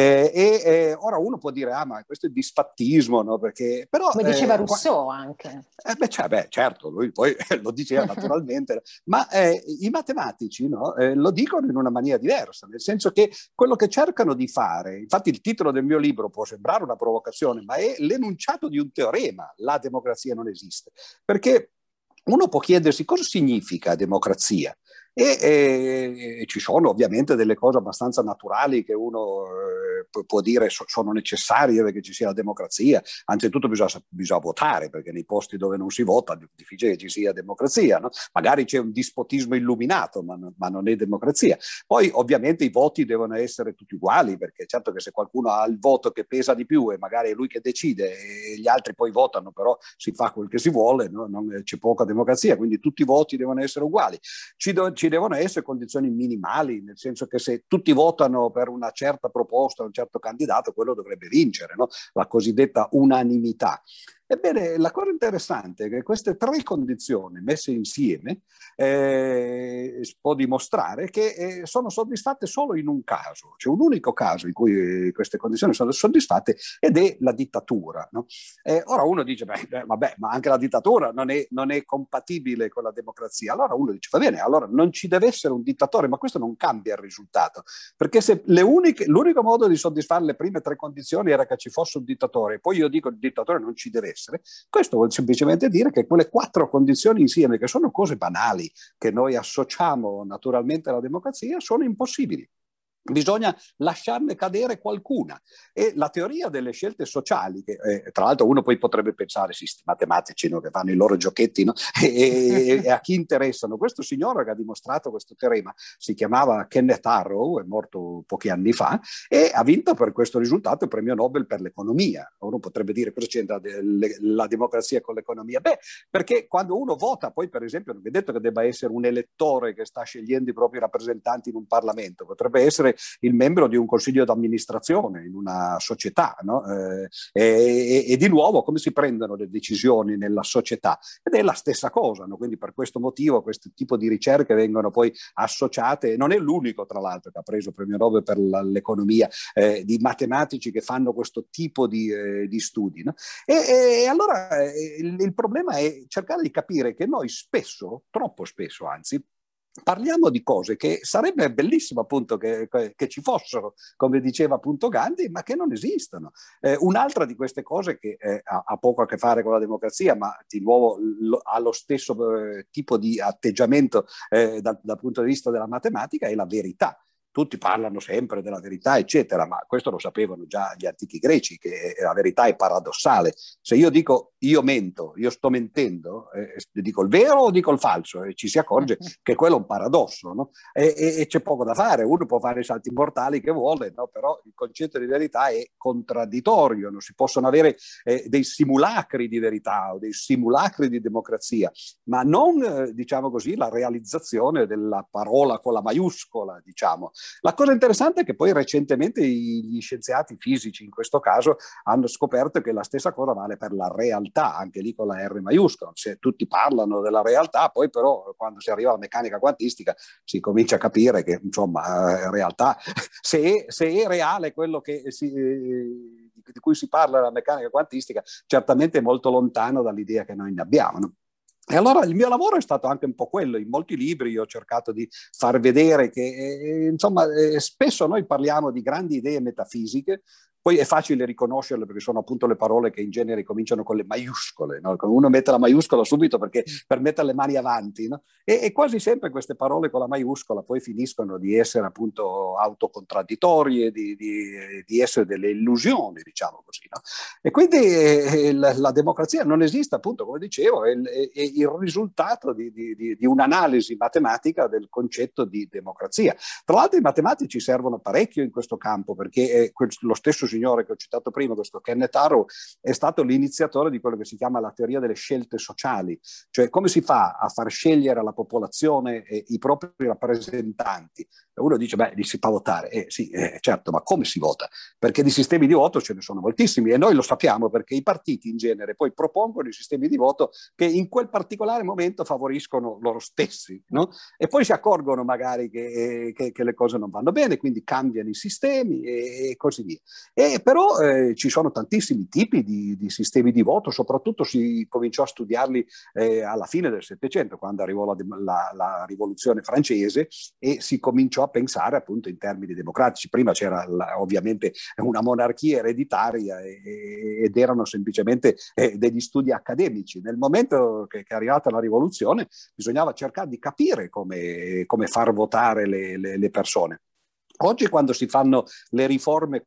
Ora uno può dire, ma questo è disfattismo, no? Perché, però, come diceva Rousseau anche. Certo, lui poi lo diceva naturalmente, ma i matematici, no? Lo dicono in una maniera diversa, nel senso che quello che cercano di fare, infatti il titolo del mio libro può sembrare una provocazione, ma è l'enunciato di un teorema: la democrazia non esiste. Perché uno può chiedersi cosa significa democrazia. E ci sono ovviamente delle cose abbastanza naturali che uno può dire sono necessarie perché ci sia la democrazia. Anzitutto bisogna votare, perché nei posti dove non si vota è difficile che ci sia democrazia, no? Magari c'è un dispotismo illuminato, ma non è democrazia. Poi ovviamente i voti devono essere tutti uguali, perché certo che se qualcuno ha il voto che pesa di più e magari è lui che decide e gli altri poi votano, però si fa quel che si vuole, no? Non c'è poca democrazia, quindi tutti i voti devono essere uguali. Ci devono essere condizioni minimali, nel senso che se tutti votano per una certa proposta, un certo candidato, quello dovrebbe vincere, no? La cosiddetta unanimità. Ebbene, la cosa interessante è che queste tre condizioni messe insieme può dimostrare che sono soddisfatte solo in un caso. C'è un unico caso in cui queste condizioni sono soddisfatte ed è la dittatura, no? Ora uno dice, vabbè, ma anche la dittatura non è compatibile con la democrazia. Allora uno dice, va bene, allora non ci deve essere un dittatore, ma questo non cambia il risultato, perché se l'unico modo di soddisfare le prime tre condizioni era che ci fosse un dittatore, e poi io dico il dittatore non ci deve essere, questo vuol semplicemente dire che quelle quattro condizioni insieme, che sono cose banali che noi associamo naturalmente alla democrazia, sono impossibili. Bisogna lasciarne cadere qualcuna. E la teoria delle scelte sociali, che tra l'altro uno poi potrebbe pensare, sì, sti matematici, no, che fanno i loro giochetti, no? E a chi interessano. Questo signore che ha dimostrato questo teorema si chiamava Kenneth Arrow, è morto pochi anni fa, e ha vinto per questo risultato il premio Nobel per l'economia. Uno potrebbe dire, cosa c'entra la democrazia con l'economia? Beh, perché quando uno vota, poi per esempio non è detto che debba essere un elettore che sta scegliendo i propri rappresentanti in un Parlamento, potrebbe essere il membro di un consiglio d'amministrazione in una società, no? E di nuovo come si prendono le decisioni nella società? Ed è la stessa cosa, no? Quindi per questo motivo questo tipo di ricerche vengono poi associate, non è l'unico tra l'altro che ha preso il premio Nobel per l'economia, di matematici che fanno questo tipo di studi, no? E allora il problema è cercare di capire che noi spesso, troppo spesso anzi, parliamo di cose che sarebbe bellissimo appunto che ci fossero, come diceva appunto Gandhi, ma che non esistono. Un'altra di queste cose che ha poco a che fare con la democrazia, ma di nuovo ha lo stesso tipo di atteggiamento dal punto di vista della matematica, è la verità. Tutti parlano sempre della verità, eccetera, ma questo lo sapevano già gli antichi greci, che la verità è paradossale. Se io dico io mento, io sto mentendo, dico il vero o dico il falso? E ci si accorge che quello è un paradosso, no? E c'è poco da fare, uno può fare i salti mortali che vuole, no? Però il concetto di verità è contraddittorio, non si possono avere dei simulacri di verità o dei simulacri di democrazia, ma non, diciamo così, la realizzazione della parola con la maiuscola, diciamo. La cosa interessante è che poi recentemente gli scienziati fisici in questo caso hanno scoperto che la stessa cosa vale per la realtà, anche lì con la R maiuscola. Se tutti parlano della realtà, poi però quando si arriva alla meccanica quantistica si comincia a capire che insomma in realtà se è reale quello di cui si parla nella meccanica quantistica, certamente è molto lontano dall'idea che noi ne abbiamo, no? E allora il mio lavoro è stato anche un po' quello. In molti libri io ho cercato di far vedere che insomma spesso noi parliamo di grandi idee metafisiche, Poi è facile riconoscerle perché sono appunto le parole che in genere cominciano con le maiuscole, no? Uno mette la maiuscola subito perché per mettere le mani avanti, no? E quasi sempre queste parole con la maiuscola poi finiscono di essere appunto autocontradittorie, di essere delle illusioni, diciamo così, no? E quindi la democrazia non esiste, appunto, come dicevo, è il risultato di un'analisi matematica del concetto di democrazia. Tra l'altro i matematici servono parecchio in questo campo, perché lo stesso signore che ho citato prima, questo Kenneth Arrow, è stato l'iniziatore di quello che si chiama la teoria delle scelte sociali, cioè come si fa a far scegliere alla popolazione i propri rappresentanti. Uno dice, beh, li si fa votare. Sì, certo, ma come si vota? Perché di sistemi di voto ce ne sono moltissimi e noi lo sappiamo perché i partiti in genere poi propongono i sistemi di voto che in quel particolare momento favoriscono loro stessi, no? E poi si accorgono magari che le cose non vanno bene, quindi cambiano i sistemi e così via. Però ci sono tantissimi tipi di sistemi di voto, soprattutto si cominciò a studiarli alla fine del Settecento, quando arrivò la rivoluzione francese e si cominciò a pensare appunto in termini democratici. Prima c'era ovviamente una monarchia ereditaria ed erano semplicemente degli studi accademici. Nel momento che è arrivata la rivoluzione bisognava cercare di capire come far votare le persone. Oggi quando si fanno le riforme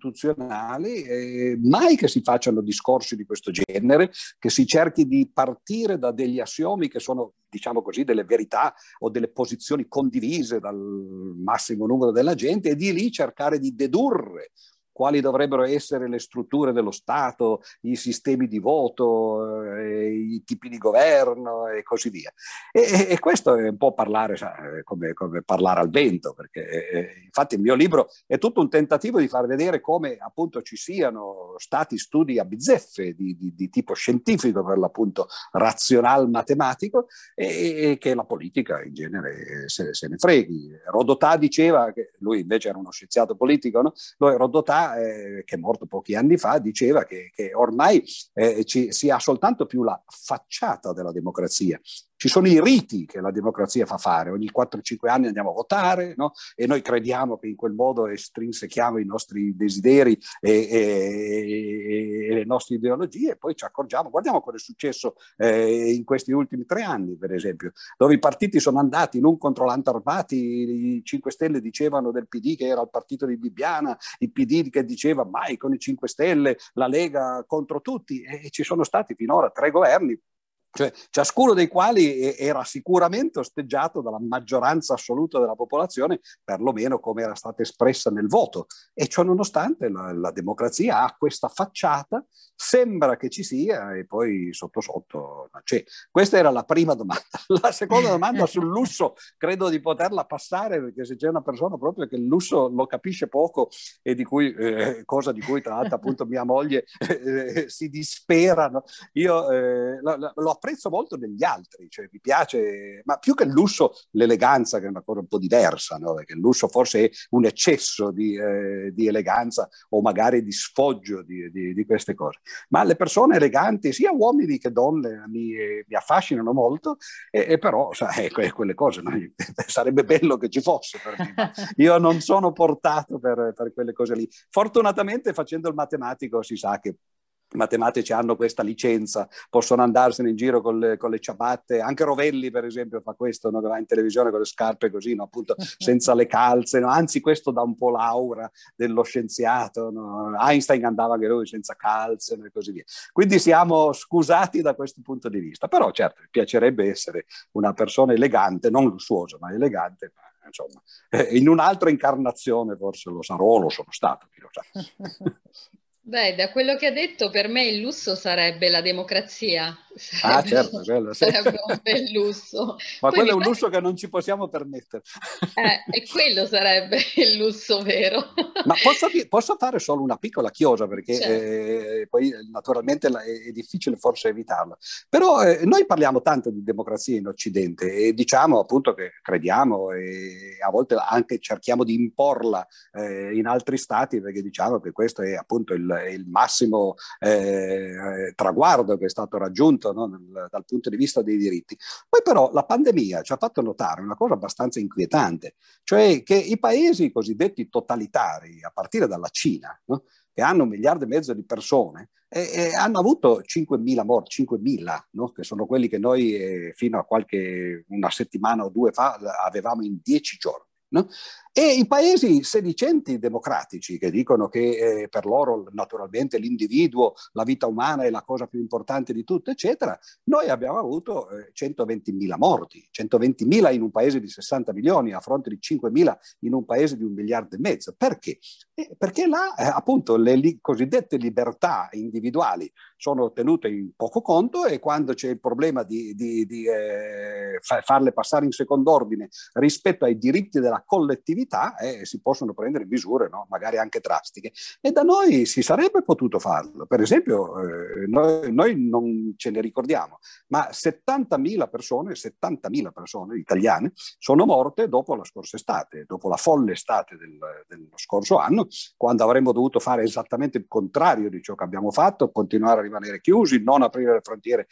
costituzionali, mai che si facciano discorsi di questo genere, che si cerchi di partire da degli assiomi che sono, diciamo così, delle verità o delle posizioni condivise dal massimo numero della gente e di lì cercare di dedurre quali dovrebbero essere le strutture dello Stato, i sistemi di voto, i tipi di governo e così via. E questo è un po' parlare come parlare al vento, perché infatti il mio libro è tutto un tentativo di far vedere come appunto ci siano stati studi a bizzeffe di tipo scientifico, per l'appunto razional matematico, e che la politica in genere se ne freghi. Rodotà diceva, che lui invece era uno scienziato politico, no? Rodotà che è morto pochi anni fa, diceva che ormai si ha soltanto più la facciata della democrazia. Ci sono i riti che la democrazia fa fare, ogni 4-5 anni andiamo a votare, no? E noi crediamo che in quel modo estrinsechiamo i nostri desideri e le nostre ideologie e poi ci accorgiamo, guardiamo cosa è successo in questi ultimi 3 anni per esempio, dove i partiti sono andati l'un contro l'altro armati, i 5 Stelle dicevano del PD che era il partito di Bibbiana, il PD che diceva mai con i 5 Stelle, la Lega contro tutti e ci sono stati finora 3 governi, cioè ciascuno dei quali era sicuramente osteggiato dalla maggioranza assoluta della popolazione, perlomeno come era stata espressa nel voto. E ciò nonostante la democrazia ha questa facciata, sembra che ci sia e poi sotto sotto non c'è. Questa era la prima domanda. La seconda domanda sul lusso credo di poterla passare, perché se c'è una persona proprio che il lusso lo capisce poco e di cui, cosa di cui tra l'altro appunto mia moglie si dispera, no? Io lo apprezzo molto negli altri, cioè mi piace, ma più che il lusso, l'eleganza, che è una cosa un po' diversa, no? Perché il lusso forse è un eccesso di eleganza o magari di sfoggio di queste cose. Ma le persone eleganti, sia uomini che donne, mi affascinano molto, e però sai, quelle cose no? Sarebbe bello che ci fosse per me, ma io non sono portato per quelle cose lì. Fortunatamente facendo il matematico si sa che i matematici hanno questa licenza, possono andarsene in giro con le ciabatte, anche Rovelli per esempio fa questo, no? Che va in televisione con le scarpe così, no? Appunto senza le calze, no? Anzi questo dà un po' l'aura dello scienziato, no? Einstein andava anche lui senza calze, no? E così via. Quindi siamo scusati da questo punto di vista, però certo mi piacerebbe essere una persona elegante, non lussuosa ma elegante, ma insomma in un'altra incarnazione forse lo sarò o lo sono stato, chi lo sa. Beh, da quello che ha detto, per me il lusso sarebbe la democrazia. Certo, quello, sì. Sarebbe un bel lusso. Ma Poi quello è un lusso che non ci possiamo permettere. E quello sarebbe il lusso vero. Ma posso fare solo una piccola chiosa, perché certo. poi naturalmente è difficile forse evitarla. Però noi parliamo tanto di democrazia in Occidente e diciamo appunto che crediamo e a volte anche cerchiamo di imporla in altri stati, perché diciamo che questo è appunto il massimo traguardo che è stato raggiunto, no? Dal punto di vista dei diritti. Poi però la pandemia ci ha fatto notare una cosa abbastanza inquietante, cioè che i paesi cosiddetti totalitari, a partire dalla Cina, no? che hanno 1,5 miliardi di persone, hanno avuto 5.000 morti, 5.000, no? Che sono quelli che noi fino a una settimana o due fa avevamo in 10 giorni. No? E i paesi sedicenti democratici che dicono che per loro naturalmente l'individuo, la vita umana è la cosa più importante di tutto, eccetera, noi abbiamo avuto 120.000 morti, 120.000 in un paese di 60 milioni a fronte di 5.000 in un paese di 1,5 miliardi. Perché? Perché là appunto le cosiddette libertà individuali sono tenute in poco conto, e quando c'è il problema di farle passare in second'ordine rispetto ai diritti della collettività, si possono prendere misure, no? Magari anche drastiche, e da noi si sarebbe potuto farlo. Per esempio noi non ce ne ricordiamo, ma 70.000 persone italiane sono morte dopo la scorsa estate, dopo la folle estate dello scorso anno, quando avremmo dovuto fare esattamente il contrario di ciò che abbiamo fatto, continuare a rimanere chiusi, non aprire le frontiere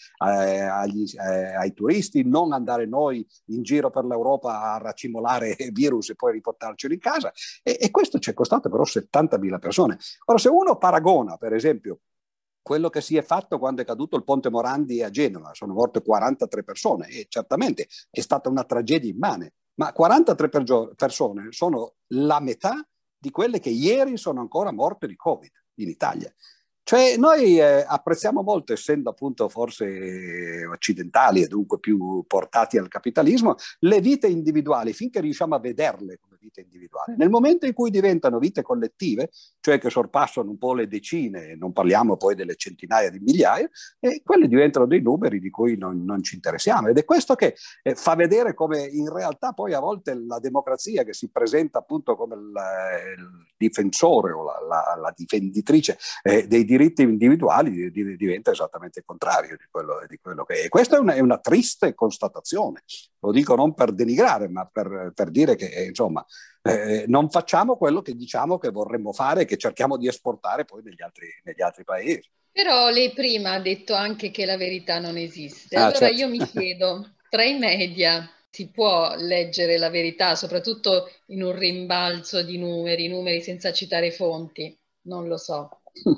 ai turisti, non andare noi in giro per l'Europa a racimolare virus e poi riportarcelo in casa, e questo ci è costato però 70.000 persone. Ora, se uno paragona, per esempio, quello che si è fatto quando è caduto il ponte Morandi a Genova, sono morte 43 persone, e certamente è stata una tragedia immane, ma 43 persone sono la metà di quelle che ieri sono ancora morte di Covid in Italia. Cioè noi apprezziamo molto, essendo appunto forse occidentali e dunque più portati al capitalismo, le vite individuali, finché riusciamo a vederle come vite individuali. Nel momento in cui diventano vite collettive, cioè che sorpassano un po' le decine, non parliamo poi delle centinaia di migliaia, quelle diventano dei numeri di cui non ci interessiamo. Ed è questo che fa vedere come in realtà poi a volte la democrazia, che si presenta appunto come il difensore o la difenditrice dei diritti individuali, diventa esattamente il contrario di quello che è. E questa è una triste constatazione, lo dico non per denigrare, ma per dire che insomma non facciamo quello che diciamo che vorremmo fare e che cerchiamo di esportare poi negli altri paesi. Però lei prima ha detto anche che la verità non esiste. Allora certo. Io mi chiedo, tra i media si può leggere la verità, soprattutto in un rimbalzo di numeri senza citare fonti? Non lo so.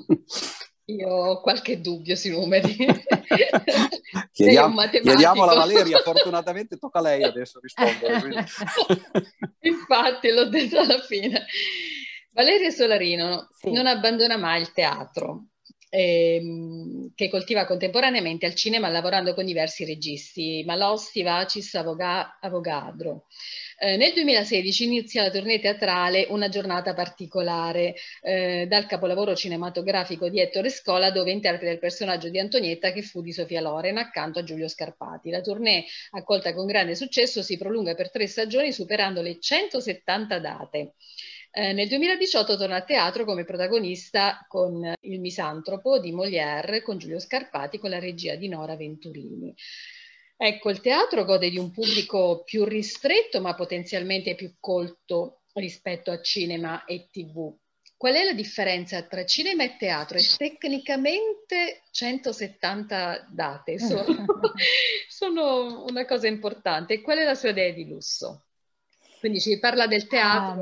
Io ho qualche dubbio sui numeri. Lei è un matematico. Chiediamola a Valeria, fortunatamente tocca a lei adesso rispondere. Infatti, l'ho detto alla fine. Valeria Solarino Sì. non abbandona mai il teatro, che coltiva contemporaneamente al cinema, lavorando con diversi registi, Malossi, Vacis, Avogadro. Nel 2016 inizia la tournée teatrale Una giornata particolare, dal capolavoro cinematografico di Ettore Scola, dove interpreta il personaggio di Antonietta, che fu di Sofia Loren, accanto a Giulio Scarpati. La tournée, accolta con grande successo, si prolunga per 3 stagioni, superando le 170 date. Nel 2018 torna a teatro come protagonista con Il Misantropo di Molière, con Giulio Scarpati, con la regia di Nora Venturini. Ecco, il teatro gode di un pubblico più ristretto, ma potenzialmente più colto rispetto a cinema e TV. Qual è la differenza tra cinema e teatro? E tecnicamente 170 date sono una cosa importante. Qual è la sua idea di lusso? Quindi ci parla del teatro.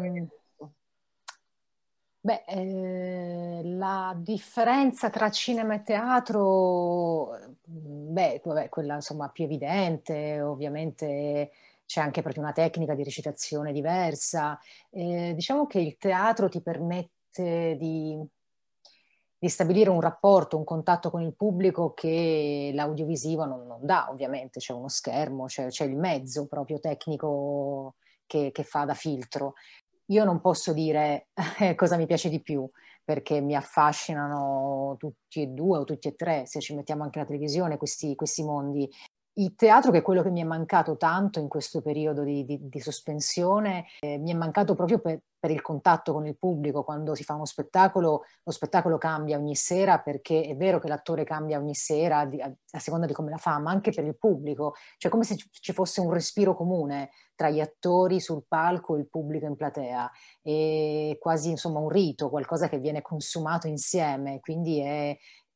La differenza tra cinema e teatro, quella insomma più evidente, ovviamente c'è anche proprio una tecnica di recitazione diversa. Diciamo che il teatro ti permette di stabilire un rapporto, un contatto con il pubblico che l'audiovisivo non dà, ovviamente. C'è uno schermo, c'è il mezzo proprio tecnico che fa da filtro. Io non posso dire cosa mi piace di più, perché mi affascinano tutti e due o tutti e tre, se ci mettiamo anche la televisione, questi mondi. Il teatro, che è quello che mi è mancato tanto in questo periodo di sospensione, mi è mancato proprio per il contatto con il pubblico. Quando si fa uno spettacolo, lo spettacolo cambia ogni sera, perché è vero che l'attore cambia ogni sera a seconda di come la fa, ma anche per il pubblico, cioè come se ci fosse un respiro comune tra gli attori sul palco e il pubblico in platea, è quasi insomma un rito, qualcosa che viene consumato insieme, quindi è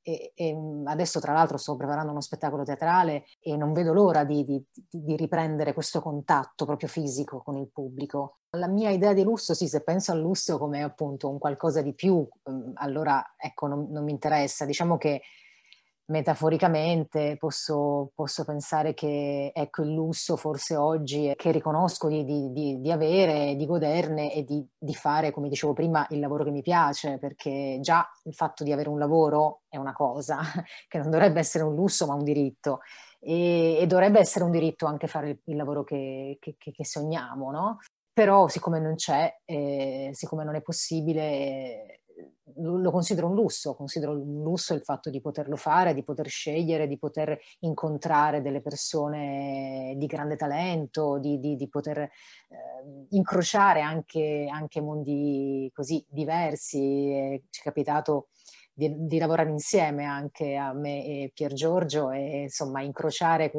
e adesso tra l'altro sto preparando uno spettacolo teatrale e non vedo l'ora di riprendere questo contatto proprio fisico con il pubblico. La mia idea di lusso, sì, se penso al lusso come appunto un qualcosa di più, allora ecco, non mi interessa. Diciamo che metaforicamente posso pensare che ecco, il lusso forse oggi è che riconosco di avere, di goderne e di fare, come dicevo prima, il lavoro che mi piace, perché già il fatto di avere un lavoro è una cosa che non dovrebbe essere un lusso ma un diritto, e dovrebbe essere un diritto anche fare il lavoro che sogniamo, no? Però siccome non c'è, siccome non è possibile, lo considero un lusso il fatto di poterlo fare, di poter scegliere, di poter incontrare delle persone di grande talento, di poter incrociare anche mondi così diversi. Ci è capitato di lavorare insieme anche a me e Pier Giorgio e insomma incrociare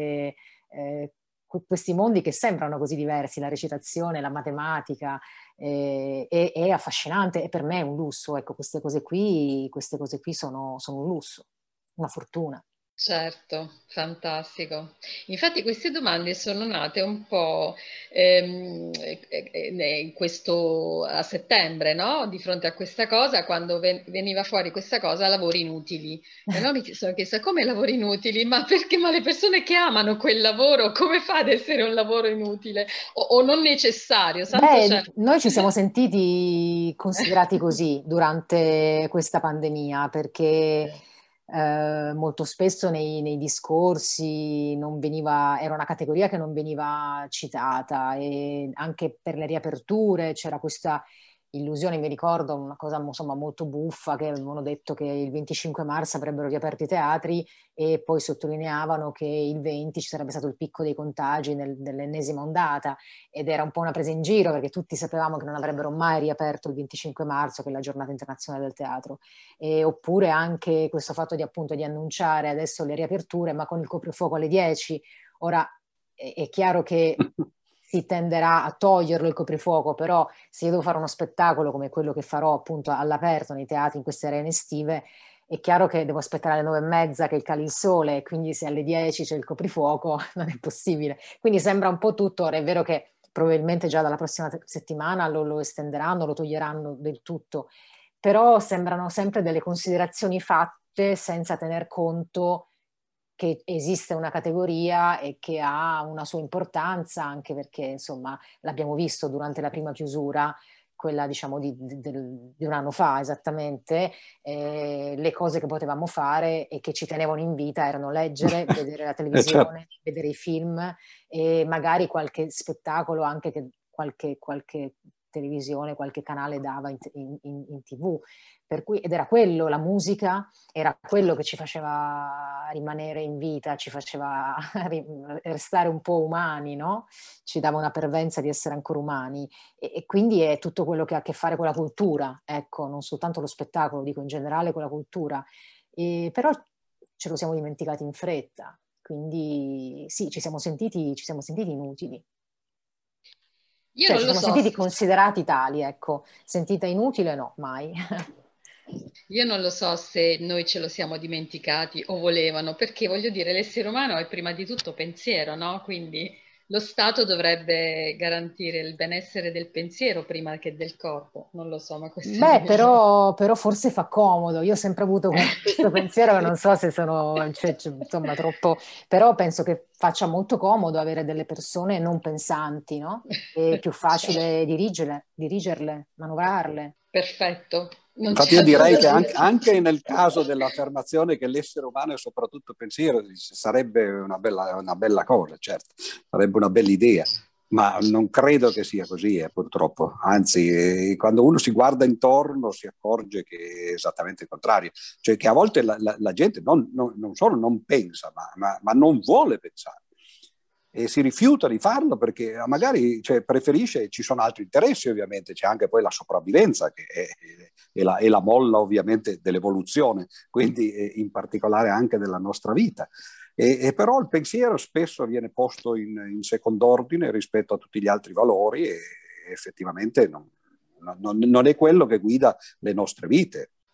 questi mondi che sembrano così diversi, la recitazione, la matematica, è affascinante e per me è un lusso. Ecco, queste cose qui sono un lusso, una fortuna. Certo, fantastico. Infatti queste domande sono nate un po' a settembre, no? Di fronte a questa cosa, quando veniva fuori questa cosa, lavori inutili. E allora mi sono chiesta come lavori inutili? Ma perché? Ma le persone che amano quel lavoro, come fa ad essere un lavoro inutile o non necessario? Santo cielo. Noi ci siamo sentiti considerati così durante questa pandemia, perché molto spesso nei discorsi era una categoria che non veniva citata, e anche per le riaperture c'era questa illusione. Mi ricordo una cosa insomma molto buffa, che avevano detto che il 25 marzo avrebbero riaperto i teatri e poi sottolineavano che il 20 ci sarebbe stato il picco dei contagi dell'ennesima ondata, ed era un po' una presa in giro perché tutti sapevamo che non avrebbero mai riaperto il 25 marzo, che è la giornata internazionale del teatro. Oppure anche questo fatto appunto di annunciare adesso le riaperture ma con il coprifuoco alle 10. Ora è chiaro che si tenderà a toglierlo il coprifuoco, però se io devo fare uno spettacolo come quello che farò appunto all'aperto nei teatri in queste arene estive, è chiaro che devo aspettare alle 9:30 che cali il sole, quindi se alle 10 c'è il coprifuoco non è possibile. Quindi sembra un po' tutto. Ora è vero che probabilmente già dalla prossima settimana lo estenderanno, lo toglieranno del tutto, però sembrano sempre delle considerazioni fatte senza tener conto che esiste una categoria e che ha una sua importanza, anche perché insomma l'abbiamo visto durante la prima chiusura, quella diciamo di un anno fa esattamente. Le cose che potevamo fare e che ci tenevano in vita erano leggere, vedere la televisione, Certo. vedere i film e magari qualche spettacolo anche che qualche televisione, qualche canale dava in TV. Per cui, ed era quello, la musica era quello che ci faceva rimanere in vita, ci faceva restare un po' umani, no? Ci dava una pervenza di essere ancora umani, e quindi è tutto quello che ha a che fare con la cultura, ecco, non soltanto lo spettacolo, dico in generale con la cultura. Però ce lo siamo dimenticati in fretta, quindi sì, ci siamo sentiti inutili. Io Cioè non ci lo siamo so. sentiti considerati tali, ecco. Sentita inutile no, mai. Io non lo so se noi ce lo siamo dimenticati o volevano, perché voglio dire, l'essere umano è prima di tutto pensiero, no? Quindi lo Stato dovrebbe garantire il benessere del pensiero prima che del corpo. Non lo so, ma questa è la Beh, mia idea. però forse fa comodo. Io ho sempre avuto questo pensiero, che non so se sono, insomma, troppo, però penso che faccia molto comodo avere delle persone non pensanti, no? È più Certo. facile dirigerle, manovrarle. Perfetto, non Infatti c'è io alcun direi che dubbio. anche nel caso dell'affermazione che l'essere umano è soprattutto pensiero, sarebbe una bella cosa, certo, sarebbe una bella idea, ma non credo che sia così, purtroppo. Anzi, quando uno si guarda intorno si accorge che è esattamente il contrario, cioè che a volte la gente non solo non pensa, ma non vuole pensare. E si rifiuta di farlo perché magari preferisce, ci sono altri interessi ovviamente, c'è anche poi la sopravvivenza che è la molla ovviamente dell'evoluzione, quindi in particolare anche della nostra vita. E però il pensiero spesso viene posto in second'ordine rispetto a tutti gli altri valori e effettivamente non è quello che guida le nostre vite.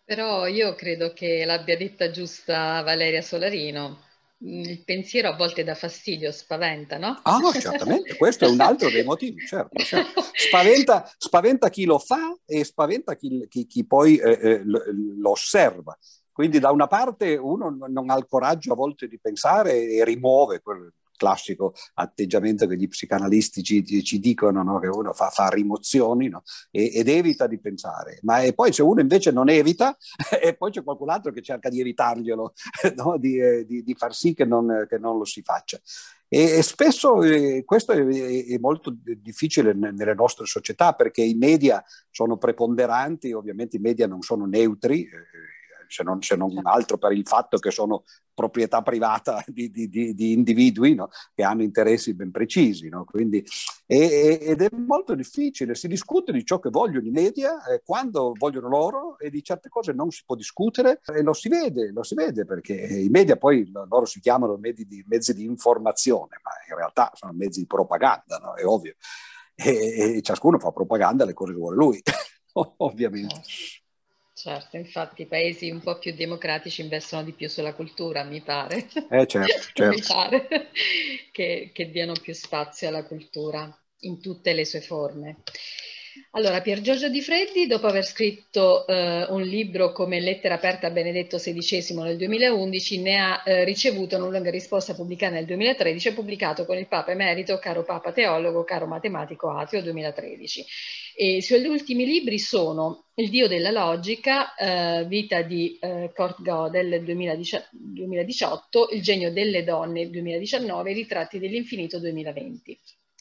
Però io credo che l'abbia detta giusta Valeria Solarino. Il pensiero a volte dà fastidio, spaventa, no? Ah, certamente, questo è un altro dei motivi, certo, certo. Spaventa chi lo fa e spaventa chi poi lo osserva. Quindi da una parte uno non ha il coraggio a volte di pensare e rimuove quel classico atteggiamento che gli psicanalisti ci dicono, no? Che uno fa rimozioni, no? Ed evita di pensare. E poi se uno invece non evita, e poi c'è qualcun altro che cerca di evitarglielo, no? Di far sì che non lo si faccia. E spesso questo è molto difficile nelle nostre società perché i media sono preponderanti, ovviamente i media non sono neutri, se non altro per il fatto che sono proprietà privata di individui, no? Che hanno interessi ben precisi. No? Quindi, ed è molto difficile, si discute di ciò che vogliono i media quando vogliono loro e di certe cose non si può discutere e lo si vede perché i media poi loro si chiamano mezzi di informazione, ma in realtà sono mezzi di propaganda, no? È ovvio. E ciascuno fa propaganda alle cose che vuole lui, ovviamente. Certo, infatti i paesi un po' più democratici investono di più sulla cultura, mi pare. Certo, Mi certo. pare che diano più spazio alla cultura in tutte le sue forme. Allora, Pier Giorgio Di Freddi, dopo aver scritto un libro come Lettera aperta a Benedetto XVI nel 2011, ne ha ricevuto una lunga risposta pubblicata nel 2013 e pubblicato con il Papa Emerito, Caro Papa Teologo, Caro Matematico Ateo 2013. E i suoi ultimi libri sono Il Dio della Logica, Vita di Kurt Gödel 2018, Il Genio delle Donne 2019, Ritratti dell'Infinito 2020.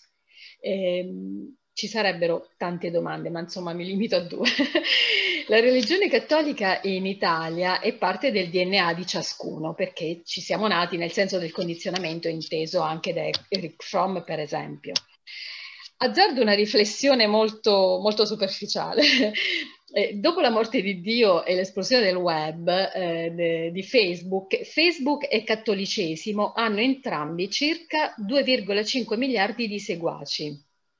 Ci sarebbero tante domande, ma insomma mi limito a due. La religione cattolica in Italia è parte del DNA di ciascuno, perché ci siamo nati nel senso del condizionamento inteso anche da Eric Fromm, per esempio. Azzardo una riflessione molto, molto superficiale. Dopo la morte di Dio e l'esplosione del web, di Facebook, Facebook e cattolicesimo hanno entrambi circa 2,5 miliardi di seguaci.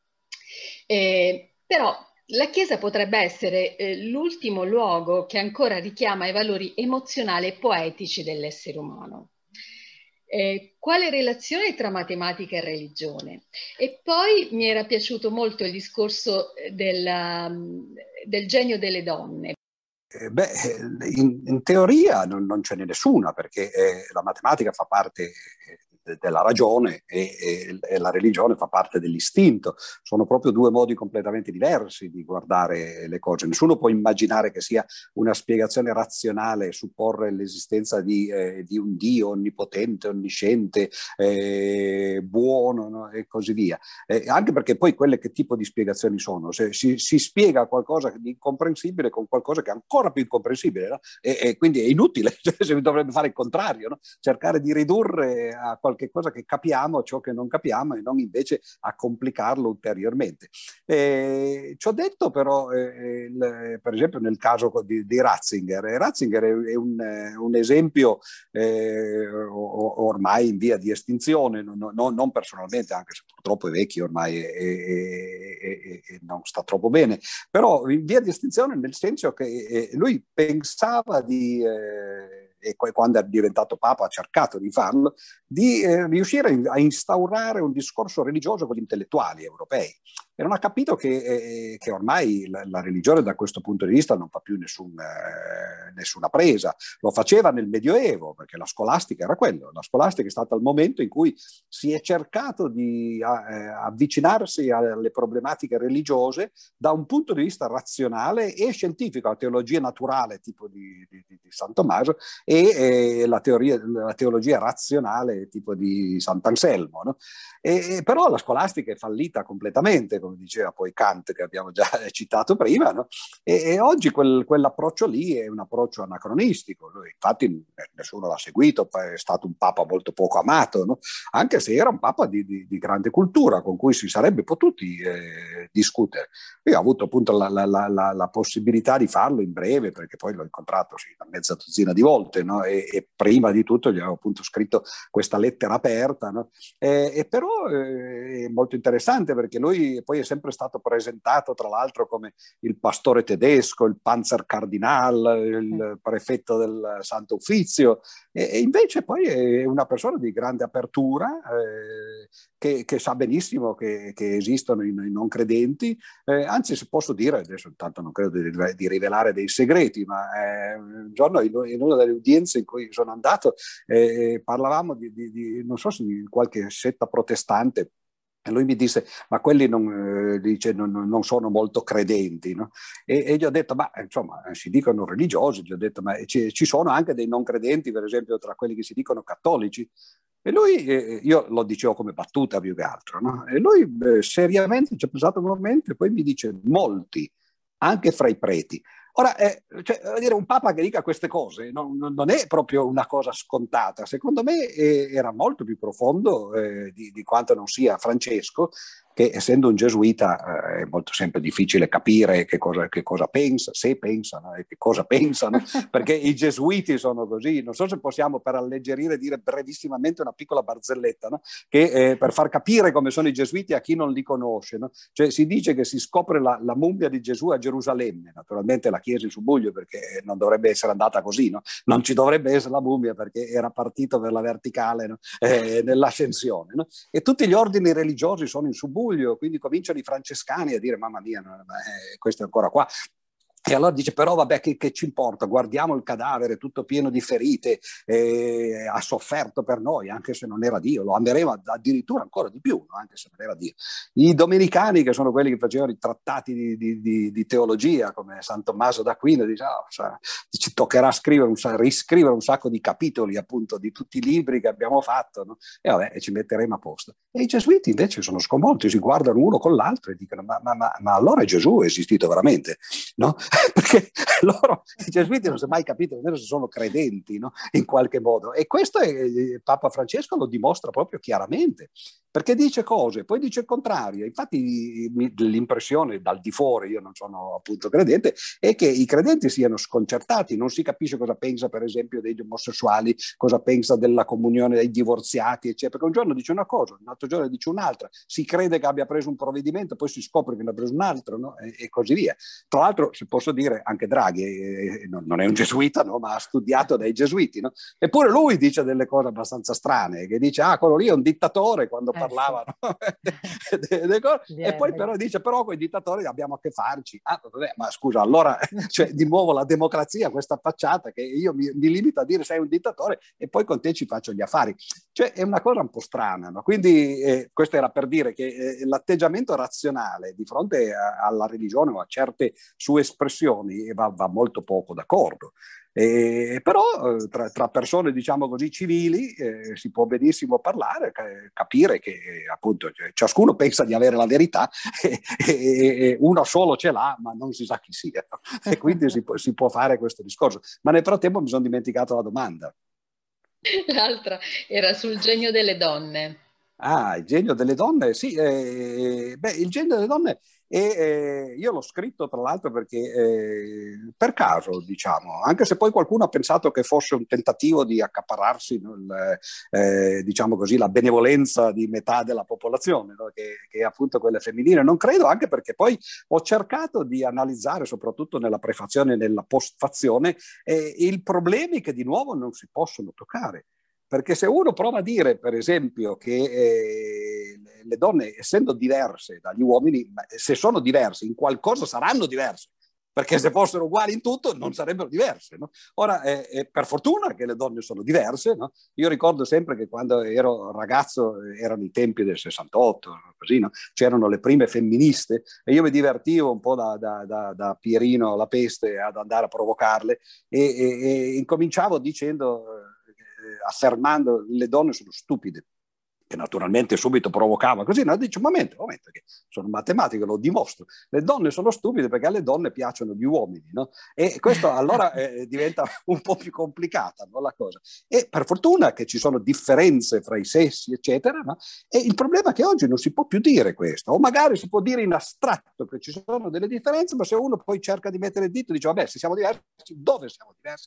Però la Chiesa potrebbe essere l'ultimo luogo che ancora richiama i valori emozionali e poetici dell'essere umano. Quale relazione tra matematica e religione? E poi mi era piaciuto molto il discorso del genio delle donne. In teoria non ce n'è nessuna perché la matematica fa parte della ragione e la religione fa parte dell'istinto. Sono proprio due modi completamente diversi di guardare le cose. Nessuno può immaginare che sia una spiegazione razionale supporre l'esistenza di un Dio onnipotente, onnisciente, buono, no? E così via. Anche perché poi quelle che tipo di spiegazioni sono? Se si spiega qualcosa di incomprensibile con qualcosa che è ancora più incomprensibile, no? E quindi è inutile, si dovrebbe fare il contrario, no? Cercare di ridurre a qualche cosa che capiamo ciò che non capiamo e non invece a complicarlo ulteriormente. Ciò detto però, per esempio nel caso di Ratzinger è un esempio ormai in via di estinzione, non personalmente, anche se purtroppo è vecchio ormai e non sta troppo bene, però in via di estinzione nel senso che lui pensava e quando è diventato Papa ha cercato di farlo, di riuscire a instaurare un discorso religioso con gli intellettuali europei. E non ha capito che ormai la religione da questo punto di vista non fa più nessuna presa. Lo faceva nel Medioevo, perché la scolastica era quello. La scolastica è stata il momento in cui si è cercato di avvicinarsi alle problematiche religiose da un punto di vista razionale e scientifico, la teologia naturale tipo di San Tommaso e la teologia razionale tipo di Sant'Anselmo. No? Però la scolastica è fallita completamente, come diceva poi Kant, che abbiamo già citato prima, no? E oggi quell'approccio lì è un approccio anacronistico. Lui, infatti nessuno l'ha seguito, poi è stato un papa molto poco amato, no? Anche se era un papa di grande cultura con cui si sarebbe potuti discutere. Io ho avuto appunto la possibilità di farlo in breve perché poi l'ho incontrato una mezza dozzina di volte, no? E prima di tutto gli avevo appunto scritto questa lettera aperta, no? E però è molto interessante perché lui poi poi è sempre stato presentato tra l'altro come il pastore tedesco, il Panzerkardinal, il prefetto del Santo Uffizio, e invece poi è una persona di grande apertura, che sa benissimo che esistono i non credenti, anzi, se posso dire, adesso intanto non credo di rivelare dei segreti, ma un giorno in una delle udienze in cui sono andato parlavamo non so se di qualche setta protestante, e lui mi disse, ma quelli non sono molto credenti, no? E gli ho detto, ma insomma, si dicono religiosi, gli ho detto, ma ci sono anche dei non credenti, per esempio, tra quelli che si dicono cattolici? E lui, io lo dicevo come battuta più che altro, no? E lui seriamente ci ha pensato un momento e poi mi dice, molti, anche fra i preti. Ora, cioè, dire, un papa che dica queste cose non è proprio una cosa scontata. Secondo me era molto più profondo di quanto non sia Francesco, che essendo un gesuita è molto sempre difficile capire che cosa pensa, se pensano e che cosa pensano, perché i gesuiti sono così. Non so se possiamo, per alleggerire, dire brevissimamente una piccola barzelletta, no? Che per far capire come sono i gesuiti a chi non li conosce, no? Cioè, si dice che si scopre la mummia di Gesù a Gerusalemme, naturalmente la chiesa in subbuglio, perché non dovrebbe essere andata così, no? Non ci dovrebbe essere la mummia perché era partito per la verticale, no? Nell'ascensione, no? E tutti gli ordini religiosi sono in subbuglio, quindi cominciano i francescani a dire mamma mia, questo è ancora qua. E allora dice, però vabbè, che ci importa, guardiamo il cadavere tutto pieno di ferite, ha sofferto per noi, anche se non era Dio, lo ameremo addirittura ancora di più, no? Anche se non era Dio. I domenicani, che sono quelli che facevano i trattati di teologia, come San Tommaso d'Aquino, dice, ci toccherà riscrivere un sacco di capitoli, appunto, di tutti i libri che abbiamo fatto, no? E vabbè, ci metteremo a posto. E i gesuiti invece sono sconvolti, si guardano uno con l'altro e dicono, ma allora Gesù è esistito veramente, no? Perché loro, i gesuiti, non si è mai capito nemmeno se sono credenti, no? In qualche modo. E questo Papa Francesco lo dimostra proprio chiaramente, perché dice cose, poi dice il contrario. Infatti l'impressione dal di fuori, io non sono appunto credente, è che i credenti siano sconcertati, non si capisce cosa pensa per esempio degli omosessuali, cosa pensa della comunione dei divorziati, eccetera, perché un giorno dice una cosa, un altro giorno dice un'altra, si crede che abbia preso un provvedimento, poi si scopre che ne ha preso un altro, no? E così via. Tra l'altro, se posso dire, anche Draghi non è un gesuita, no? Ma ha studiato dai gesuiti, no? Eppure lui dice delle cose abbastanza strane, che dice, quello lì è un dittatore, quando parlava, no? E poi però dice, però con i dittatori abbiamo a che farci. Vabbè, ma scusa, allora, cioè, di nuovo la democrazia, questa facciata che io mi limito a dire sei un dittatore e poi con te ci faccio gli affari. Cioè è una cosa un po' strana, no? Quindi questo era per dire che l'atteggiamento razionale di fronte alla religione o a certe sue espressioni va molto poco d'accordo. Però tra persone, diciamo così, civili si può benissimo parlare, capire che appunto ciascuno pensa di avere la verità e uno solo ce l'ha, ma non si sa chi sia, no? E quindi si può fare questo discorso. Ma nel frattempo mi sono dimenticato la domanda. L'altra era sul genio delle donne. Il genio delle donne, sì, il genio delle donne io l'ho scritto tra l'altro perché per caso, diciamo, anche se poi qualcuno ha pensato che fosse un tentativo di accaparrarsi, no, diciamo così, la benevolenza di metà della popolazione, no, che è appunto quella femminile. Non credo, anche perché poi ho cercato di analizzare, soprattutto nella prefazione e nella postfazione, i problemi che di nuovo non si possono toccare. Perché se uno prova a dire, per esempio, che le donne, essendo diverse dagli uomini, se sono diverse, in qualcosa saranno diverse, perché se fossero uguali in tutto non sarebbero diverse, no? Ora, per fortuna che le donne sono diverse, no? Io ricordo sempre che quando ero ragazzo, erano i tempi del 68, così, no? C'erano le prime femministe e io mi divertivo un po' da Pierino la Peste ad andare a provocarle e incominciavo dicendo... affermando le donne sono stupide, che naturalmente subito provocava così, no? Dice un momento, che sono matematico, lo dimostro, le donne sono stupide perché alle donne piacciono gli uomini, no? E questo allora diventa un po' più complicata, no, la cosa. E per fortuna che ci sono differenze fra i sessi, eccetera, no? E il problema è che oggi non si può più dire questo, o magari si può dire in astratto che ci sono delle differenze, ma se uno poi cerca di mettere il dito e dice, vabbè, se siamo diversi, dove siamo diversi?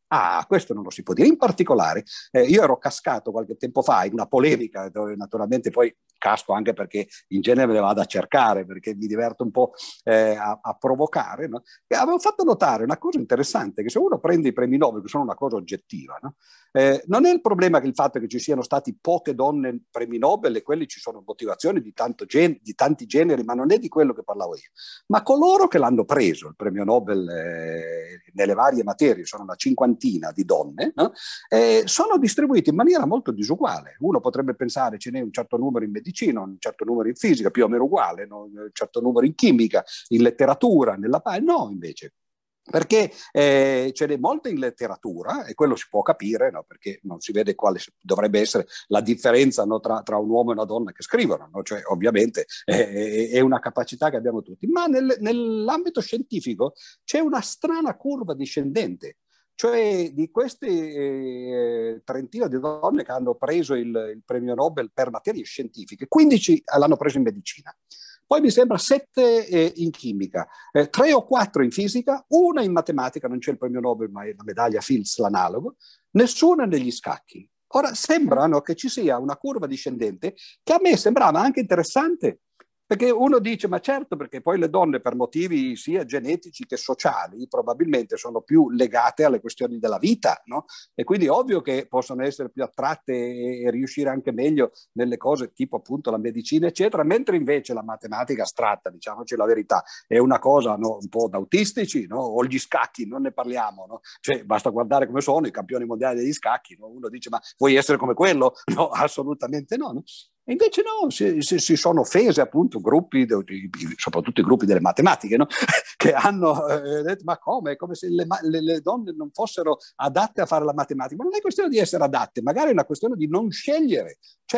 Ah, questo non lo si può dire. In particolare, io ero cascato qualche tempo fa in una polemica, dove naturalmente poi casco anche perché in genere me ne vado a cercare, perché mi diverto un po' a provocare, no? E avevo fatto notare una cosa interessante, che se uno prende i premi Nobel, che sono una cosa oggettiva, no? Non è il problema che il fatto che ci siano stati poche donne premi Nobel, e quelli ci sono motivazioni di tanti generi, ma non è di quello che parlavo io. Ma coloro che l'hanno preso, il premio Nobel nelle varie materie, sono una cinquantina di donne, no? Sono distribuiti in maniera molto disuguale. Uno potrebbe pensare ce n'è un certo numero in medicina, un certo numero in fisica, più o meno uguale, no? Un certo numero in chimica, in letteratura, no, invece. Perché ce n'è molto in letteratura, e quello si può capire, no? Perché non si vede quale dovrebbe essere la differenza, no? tra un uomo e una donna che scrivono, no? Cioè, ovviamente è una capacità che abbiamo tutti, ma nell'ambito scientifico c'è una strana curva discendente. Cioè di queste trentina di donne che hanno preso il premio Nobel per materie scientifiche, 15 l'hanno preso in medicina. Poi mi sembra 7 in chimica, 3 o 4 in fisica, una in matematica, non c'è il premio Nobel ma è la medaglia Fields, l'analogo, nessuna negli scacchi. Ora sembrano che ci sia una curva discendente che a me sembrava anche interessante, perché uno dice, ma certo, perché poi le donne per motivi sia genetici che sociali probabilmente sono più legate alle questioni della vita, no? E quindi è ovvio che possono essere più attratte e riuscire anche meglio nelle cose tipo appunto la medicina, eccetera, mentre invece la matematica astratta, diciamoci la verità, è una cosa, no, un po' da autistici, no? O gli scacchi, non ne parliamo, no? Cioè basta guardare come sono i campioni mondiali degli scacchi, no? Uno dice, ma vuoi essere come quello? No, assolutamente no, no? E invece no, si sono offese appunto gruppi, soprattutto i gruppi delle matematiche, no? Che hanno detto ma come? Come se le donne non fossero adatte a fare la matematica. Ma non è questione di essere adatte, magari è una questione di non scegliere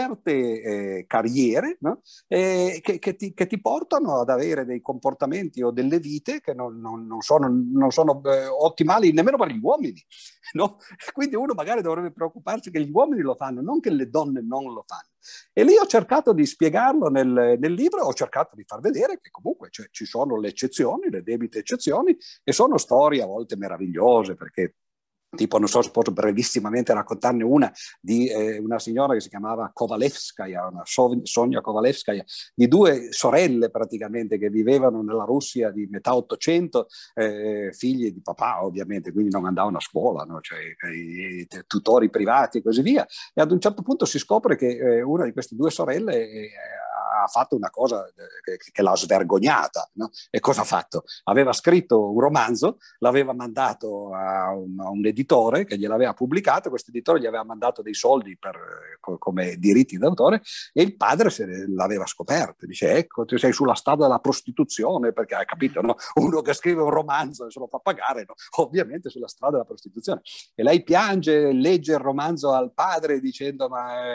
certe carriere, no? Che ti portano ad avere dei comportamenti o delle vite che non sono ottimali nemmeno per gli uomini. No? Quindi uno magari dovrebbe preoccuparsi che gli uomini lo fanno, non che le donne non lo fanno. E lì ho cercato di spiegarlo nel libro, ho cercato di far vedere che comunque ci sono le eccezioni, le debite eccezioni, e sono storie a volte meravigliose, perché tipo, non so se posso brevissimamente raccontarne una di una signora che si chiamava Kovalevskaya, Sonia Kovalevskaya, di 2 sorelle praticamente che vivevano nella Russia di metà Ottocento, figlie di papà ovviamente, quindi non andavano a scuola, no? Cioè, i tutori privati e così via. E ad un certo punto si scopre che una di queste 2 sorelle ha fatto una cosa che l'ha svergognata, no? E cosa ha fatto? Aveva scritto un romanzo, l'aveva mandato a un editore che gliel'aveva pubblicato, questo editore gli aveva mandato dei soldi come diritti d'autore, e il padre l'aveva scoperto, dice ecco, tu sei sulla strada della prostituzione, perché hai capito, no? Uno che scrive un romanzo e se lo fa pagare, no? Ovviamente sulla strada della prostituzione. E lei piange, legge il romanzo al padre dicendo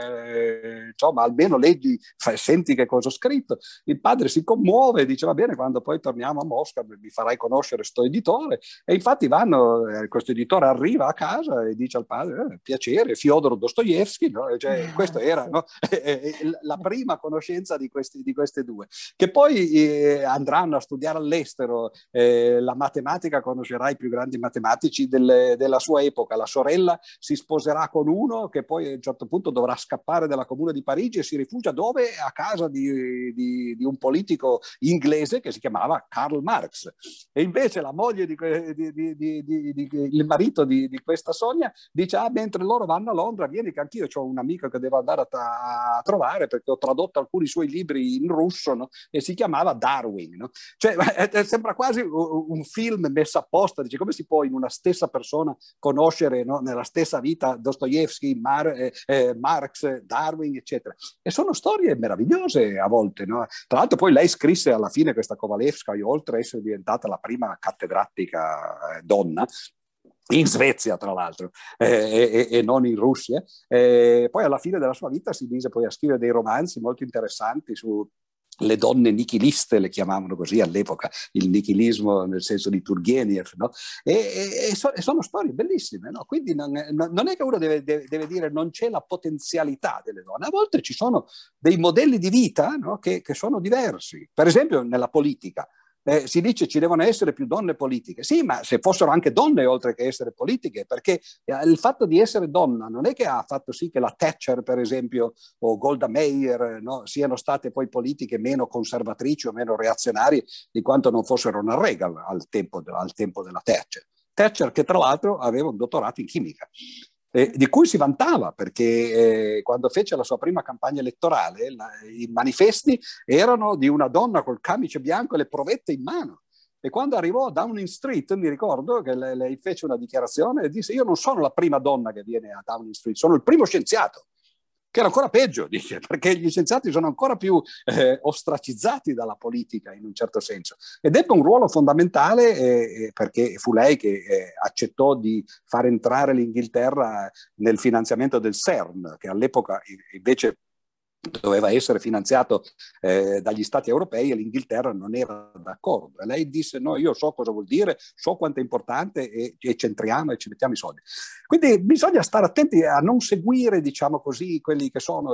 ma insomma almeno leggi, senti che cosa ho scritto. Il padre si commuove e dice va bene, quando poi torniamo a Mosca mi farai conoscere sto editore. E infatti questo editore arriva a casa e dice al padre piacere, Fyodor Dostoevskij, no? Cioè, questo era, no? La prima conoscenza di queste 2, che poi andranno a studiare all'estero la matematica, conoscerà i più grandi matematici della sua epoca. La sorella si sposerà con uno che poi a un certo punto dovrà scappare dalla Comune di Parigi e si rifugia dove? A casa di un politico inglese che si chiamava Karl Marx. E invece la moglie il marito di questa Sonia dice mentre loro vanno a Londra vieni che anch'io ho un amico che devo andare a trovare perché ho tradotto alcuni suoi libri in russo, no? E si chiamava Darwin, no? Cioè sembra quasi un film messo apposta, dice come si può in una stessa persona conoscere, no? Nella stessa vita Dostoevskij, Marx, Darwin, eccetera. E sono storie meravigliose a volte, no? Tra l'altro poi lei scrisse alla fine, questa Kovalevskaya, oltre a essere diventata la prima cattedratica donna, in Svezia tra l'altro, e non in Russia, poi alla fine della sua vita si mise poi a scrivere dei romanzi molto interessanti su le donne nichiliste, le chiamavano così all'epoca, il nichilismo nel senso di Turgenev, no? E sono storie bellissime, no? Quindi non è che uno deve dire non c'è la potenzialità delle donne, a volte ci sono dei modelli di vita, no? che sono diversi. Per esempio nella politica, si dice ci devono essere più donne politiche. Sì, ma se fossero anche donne oltre che essere politiche, perché il fatto di essere donna non è che ha fatto sì che la Thatcher, per esempio, o Golda Meir, no, siano state poi politiche meno conservatrici o meno reazionarie di quanto non fossero una Reagan al tempo della Thatcher. Thatcher che tra l'altro aveva un dottorato in chimica. Di cui si vantava perché quando fece la sua prima campagna elettorale i manifesti erano di una donna col camice bianco e le provette in mano, e quando arrivò a Downing Street mi ricordo che lei fece una dichiarazione e disse: io non sono la prima donna che viene a Downing Street, sono il primo scienziato, che era ancora peggio, dice, perché gli scienziati sono ancora più ostracizzati dalla politica in un certo senso, ed ebbe un ruolo fondamentale perché fu lei che accettò di far entrare l'Inghilterra nel finanziamento del CERN, che all'epoca invece doveva essere finanziato dagli stati europei, e l'Inghilterra non era d'accordo, e lei disse: no, io so cosa vuol dire, so quanto è importante, e centriamo e ci mettiamo i soldi. Quindi bisogna stare attenti a non seguire, diciamo così, quelli che sono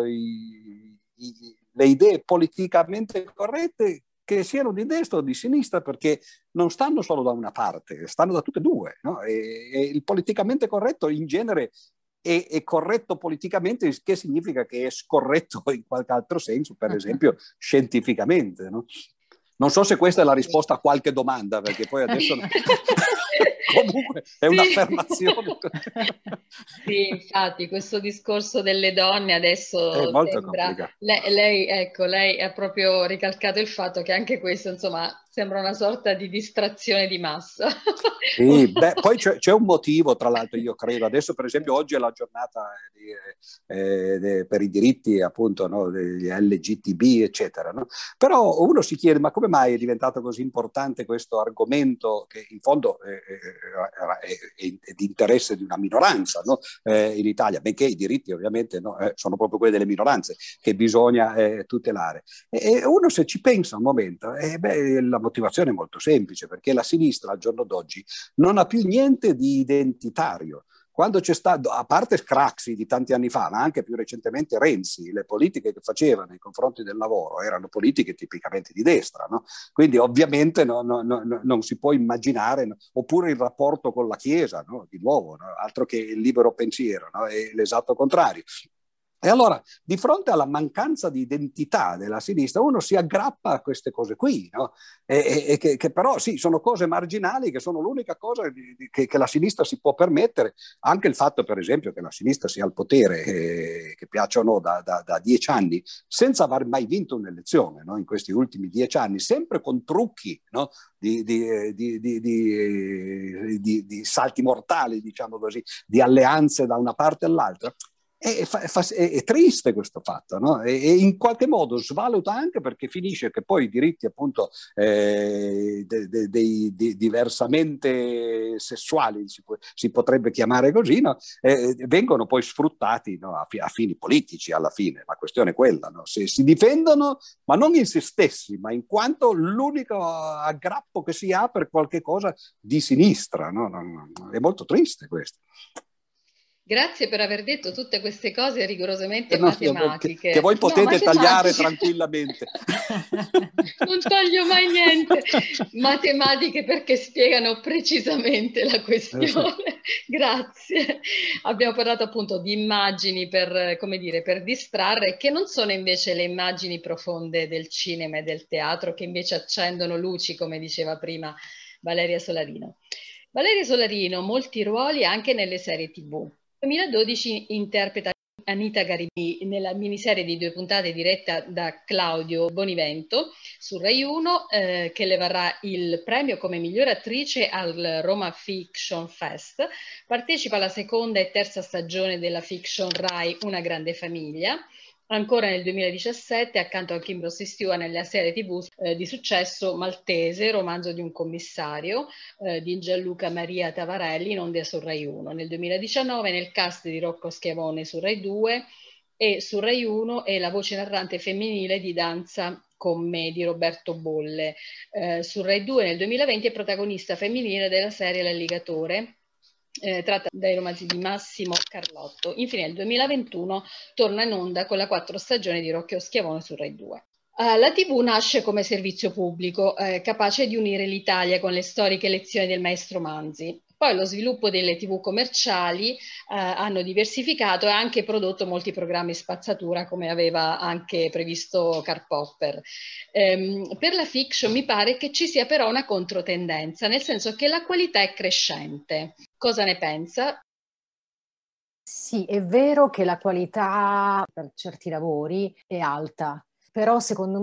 le idee politicamente corrette, che siano di destra o di sinistra, perché non stanno solo da una parte, stanno da tutte e due, no? E il politicamente corretto in genere è corretto politicamente, che significa che è scorretto in qualche altro senso, per esempio scientificamente, no? Non so se questa è la risposta a qualche domanda, perché poi adesso comunque è un'affermazione. Sì, infatti, questo discorso delle donne adesso È molto sembra... complicato. Lei ha proprio ricalcato il fatto che anche questo, insomma, sembra una sorta di distrazione di massa. Sì, beh, poi c'è un motivo, tra l'altro, io credo. Adesso, per esempio, oggi è la giornata per i diritti, appunto, no, degli LGTB, eccetera. No? Però uno si chiede: ma come mai è diventato così importante questo argomento, che in fondo è di interesse di una minoranza, no? In Italia, benché i diritti ovviamente, no, sono proprio quelli delle minoranze che bisogna tutelare. E uno, se ci pensa un momento, la motivazione è molto semplice, perché la sinistra al giorno d'oggi non ha più niente di identitario. Quando c'è stato, a parte Craxi di tanti anni fa, ma anche più recentemente Renzi, le politiche che faceva nei confronti del lavoro erano politiche tipicamente di destra, no? Quindi ovviamente non si può immaginare, no? Oppure il rapporto con la Chiesa, no? Di nuovo, no? Altro che il libero pensiero, no? È l'esatto contrario. E allora, di fronte alla mancanza di identità della sinistra, uno si aggrappa a queste cose qui, no? Che però sì, sono cose marginali, che sono l'unica cosa che la sinistra si può permettere. Anche il fatto, per esempio, che la sinistra sia al potere, che piaccia o no, da 10 anni, senza aver mai vinto un'elezione, no? In questi ultimi 10 anni, sempre con trucchi, no? Di salti mortali, diciamo così, di alleanze da una parte all'altra. È triste questo fatto, no? E in qualche modo svaluta anche, perché finisce che poi i diritti, appunto, dei diversamente sessuali, si potrebbe chiamare così, no? Vengono poi sfruttati, no? A fini politici alla fine. La questione è quella, no? Se si difendono, ma non in se stessi, ma in quanto l'unico aggrappo che si ha per qualche cosa di sinistra, no? È molto triste questo. Grazie per aver detto tutte queste cose rigorosamente matematiche. Che voi potete matematiche. tagliare tranquillamente. Non taglio mai niente. Matematiche, perché spiegano precisamente la questione. Grazie. Abbiamo parlato appunto di immagini per, come dire, per distrarre, che non sono invece le immagini profonde del cinema e del teatro, che invece accendono luci, come diceva prima Valeria Solarino. Valeria Solarino, molti ruoli anche nelle serie TV. Nel 2012 interpreta Anita Garibaldi nella miniserie di 2 puntate diretta da Claudio Bonivento su Rai 1, che le varrà il premio come migliore attrice al Roma Fiction Fest. Partecipa alla seconda e terza stagione della fiction Rai Una grande famiglia. Ancora nel 2017, accanto a Kim Rossi-Stewart, nella serie TV di successo Maltese, romanzo di un commissario, di Gianluca Maria Tavarelli, in onda su Rai 1. Nel 2019 nel cast di Rocco Schiavone su Rai 2, e su Rai 1 è la voce narrante femminile di Danza con me di Roberto Bolle. Su Rai 2 nel 2020 è protagonista femminile della serie L'Alligatore, tratta dai romanzi di Massimo Carlotto. Infine nel 2021 torna in onda con la 4 stagione di Rocco Schiavone su Rai 2. La TV nasce come servizio pubblico, capace di unire l'Italia con le storiche lezioni del maestro Manzi. Poi lo sviluppo delle TV commerciali hanno diversificato e anche prodotto molti programmi spazzatura, come aveva anche previsto Karl Popper. Per la fiction mi pare che ci sia però una controtendenza, nel senso che la qualità è crescente. Cosa ne pensa? Sì, è vero che la qualità per certi lavori è alta, però secondo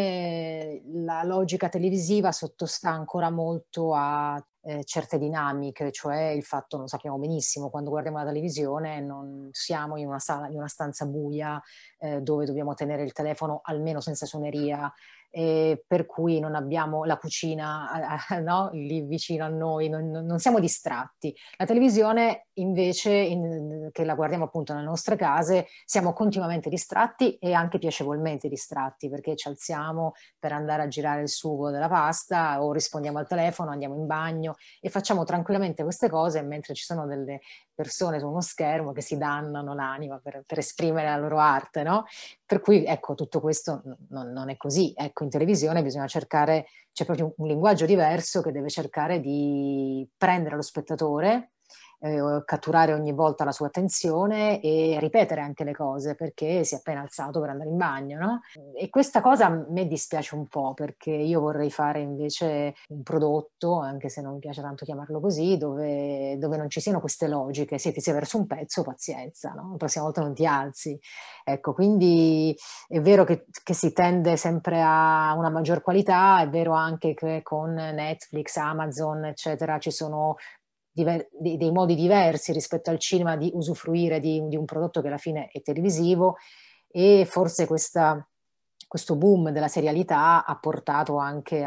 me la logica televisiva sottostà ancora molto a certe dinamiche, cioè il fatto, lo sappiamo benissimo, quando guardiamo la televisione non siamo in una sala, in una stanza buia dove dobbiamo tenere il telefono almeno senza suoneria, per cui non abbiamo la cucina no? Lì vicino a noi, non siamo distratti. La televisione invece, che la guardiamo appunto nelle nostre case, siamo continuamente distratti e anche piacevolmente distratti, perché ci alziamo per andare a girare il sugo della pasta o rispondiamo al telefono, andiamo in bagno e facciamo tranquillamente queste cose mentre ci sono delle persone su uno schermo che si dannano l'anima per esprimere la loro arte, no? Per cui ecco, tutto questo non è così. Ecco, in televisione bisogna cercare, c'è proprio un linguaggio diverso che deve cercare di prendere lo spettatore, catturare ogni volta la sua attenzione e ripetere anche le cose perché si è appena alzato per andare in bagno, no? E questa cosa a me dispiace un po' perché io vorrei fare invece un prodotto, anche se non mi piace tanto chiamarlo così, dove non ci siano queste logiche. Se ti sei perso un pezzo, pazienza, no? La prossima volta non ti alzi. Ecco, quindi è vero che si tende sempre a una maggior qualità, è vero anche che con Netflix, Amazon, eccetera, ci sono dei modi diversi rispetto al cinema di usufruire di un prodotto che alla fine è televisivo e forse questo boom della serialità ha portato anche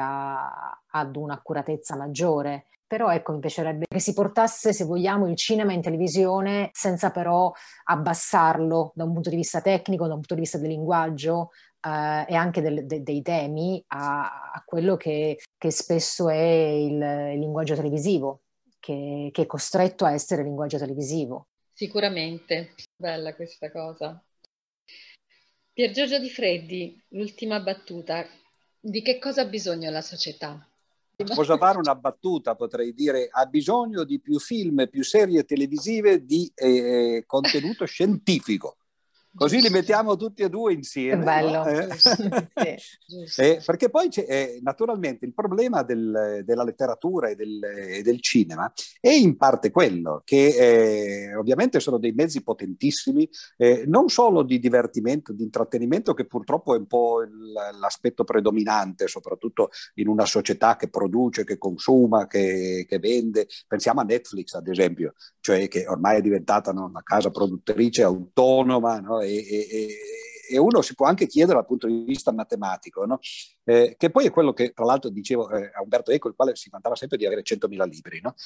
ad un'accuratezza maggiore. Però ecco, mi piacerebbe che si portasse, se vogliamo, il cinema in televisione senza però abbassarlo da un punto di vista tecnico, da un punto di vista del linguaggio e anche dei temi a quello che spesso è il linguaggio televisivo, che è costretto a essere linguaggio televisivo. Sicuramente, bella questa cosa. Pier Giorgio Di Freddi, l'ultima battuta. Di che cosa ha bisogno la società? Posso fare una battuta, potrei dire, ha bisogno di più film, più serie televisive di contenuto scientifico. Così li mettiamo tutti e due Che insieme, no? bello. Sì, Perché poi c'è naturalmente il problema della letteratura e del cinema è in parte quello, che ovviamente sono dei mezzi potentissimi, non solo di divertimento, di intrattenimento, che purtroppo è un po' l'aspetto predominante, soprattutto in una società che produce, che consuma, che vende. Pensiamo a Netflix, ad esempio, cioè che ormai è diventata, no, una casa produttrice autonoma, no? E uno si può anche chiedere dal punto di vista matematico, no? Che poi è quello che tra l'altro dicevo a Umberto Eco, il quale si vantava sempre di avere 100.000 libri, no?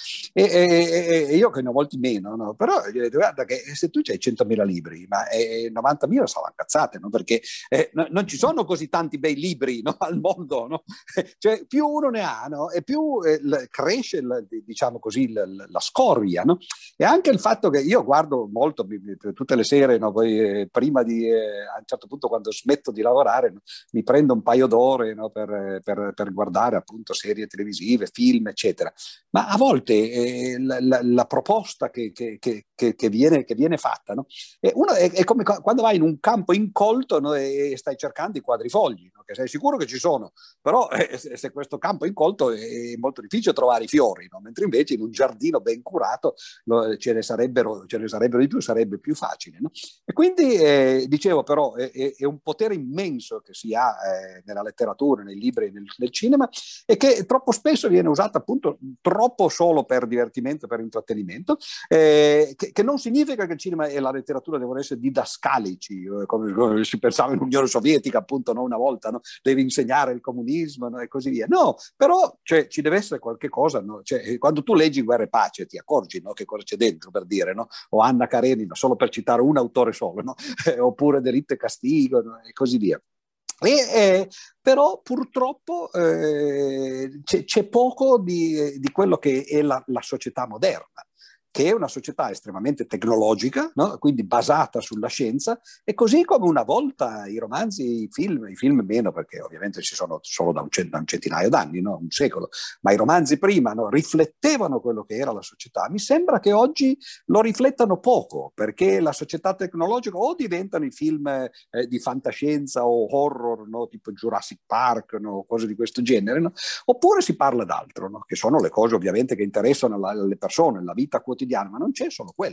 E io che ne ho molti meno, no? Però gli ho detto, guarda che se tu hai 100.000 libri, ma 90.000 saranno cazzate, no? Perché non ci sono così tanti bei libri, no? Al mondo, no? Cioè più uno ne ha, no? E più cresce, diciamo così, la scoria, no? E anche il fatto che io guardo molto tutte le sere, no? Poi prima di a un certo punto, quando smetto di lavorare, no? Mi prendo un paio d'ore, no? Per guardare appunto serie televisive, film, eccetera. Ma a volte la proposta che viene fatta, no? È come quando vai in un campo incolto, no? E stai cercando i quadrifogli, no? Che sei sicuro che ci sono, però se questo campo è incolto è molto difficile trovare i fiori, no? Mentre invece in un giardino ben curato ce ne sarebbero di più, sarebbe più facile, no? E quindi dicevo però è un potere immenso che si ha nella letteratura, nei libri e nel cinema, e che troppo spesso viene usata appunto troppo solo per divertimento, per intrattenimento, che non significa che il cinema e la letteratura devono essere didascalici, come si pensava in Unione Sovietica appunto, no? Una volta, no? Devi insegnare il comunismo, no? E così via. No, però cioè, ci deve essere qualche cosa, no? Cioè, quando tu leggi Guerra e Pace ti accorgi, no? Che cosa c'è dentro, per dire, no? O Anna Karenina, solo per citare un autore solo, no? Oppure Delitto e Castigo, no? E così via. Però purtroppo c'è poco di quello che è la società moderna. che è una società estremamente tecnologica, no? Quindi basata sulla scienza, e così come una volta i romanzi, i film meno, perché ovviamente ci sono solo da un centinaio d'anni, no? Un secolo, ma i romanzi prima, no? Riflettevano quello che era la società. Mi sembra che oggi lo riflettano poco, perché la società tecnologica o diventano i film di fantascienza o horror, no? Tipo Jurassic Park, no? Cose di questo genere, no? Oppure si parla d'altro, no? Che sono le cose ovviamente che interessano le persone, la vita quotidiana, ma non c'è solo quello.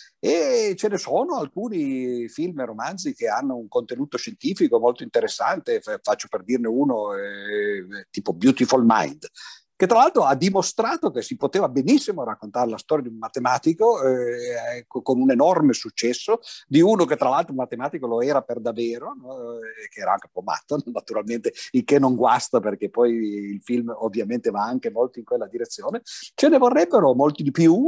E ce ne sono alcuni film e romanzi che hanno un contenuto scientifico molto interessante. Faccio per dirne uno, tipo Beautiful Mind, che tra l'altro ha dimostrato che si poteva benissimo raccontare la storia di un matematico con un enorme successo, di uno che tra l'altro un matematico lo era per davvero, no? Che era anche un po' matto, naturalmente, il che non guasta, perché poi il film ovviamente va anche molto in quella direzione. Ce ne vorrebbero molti di più,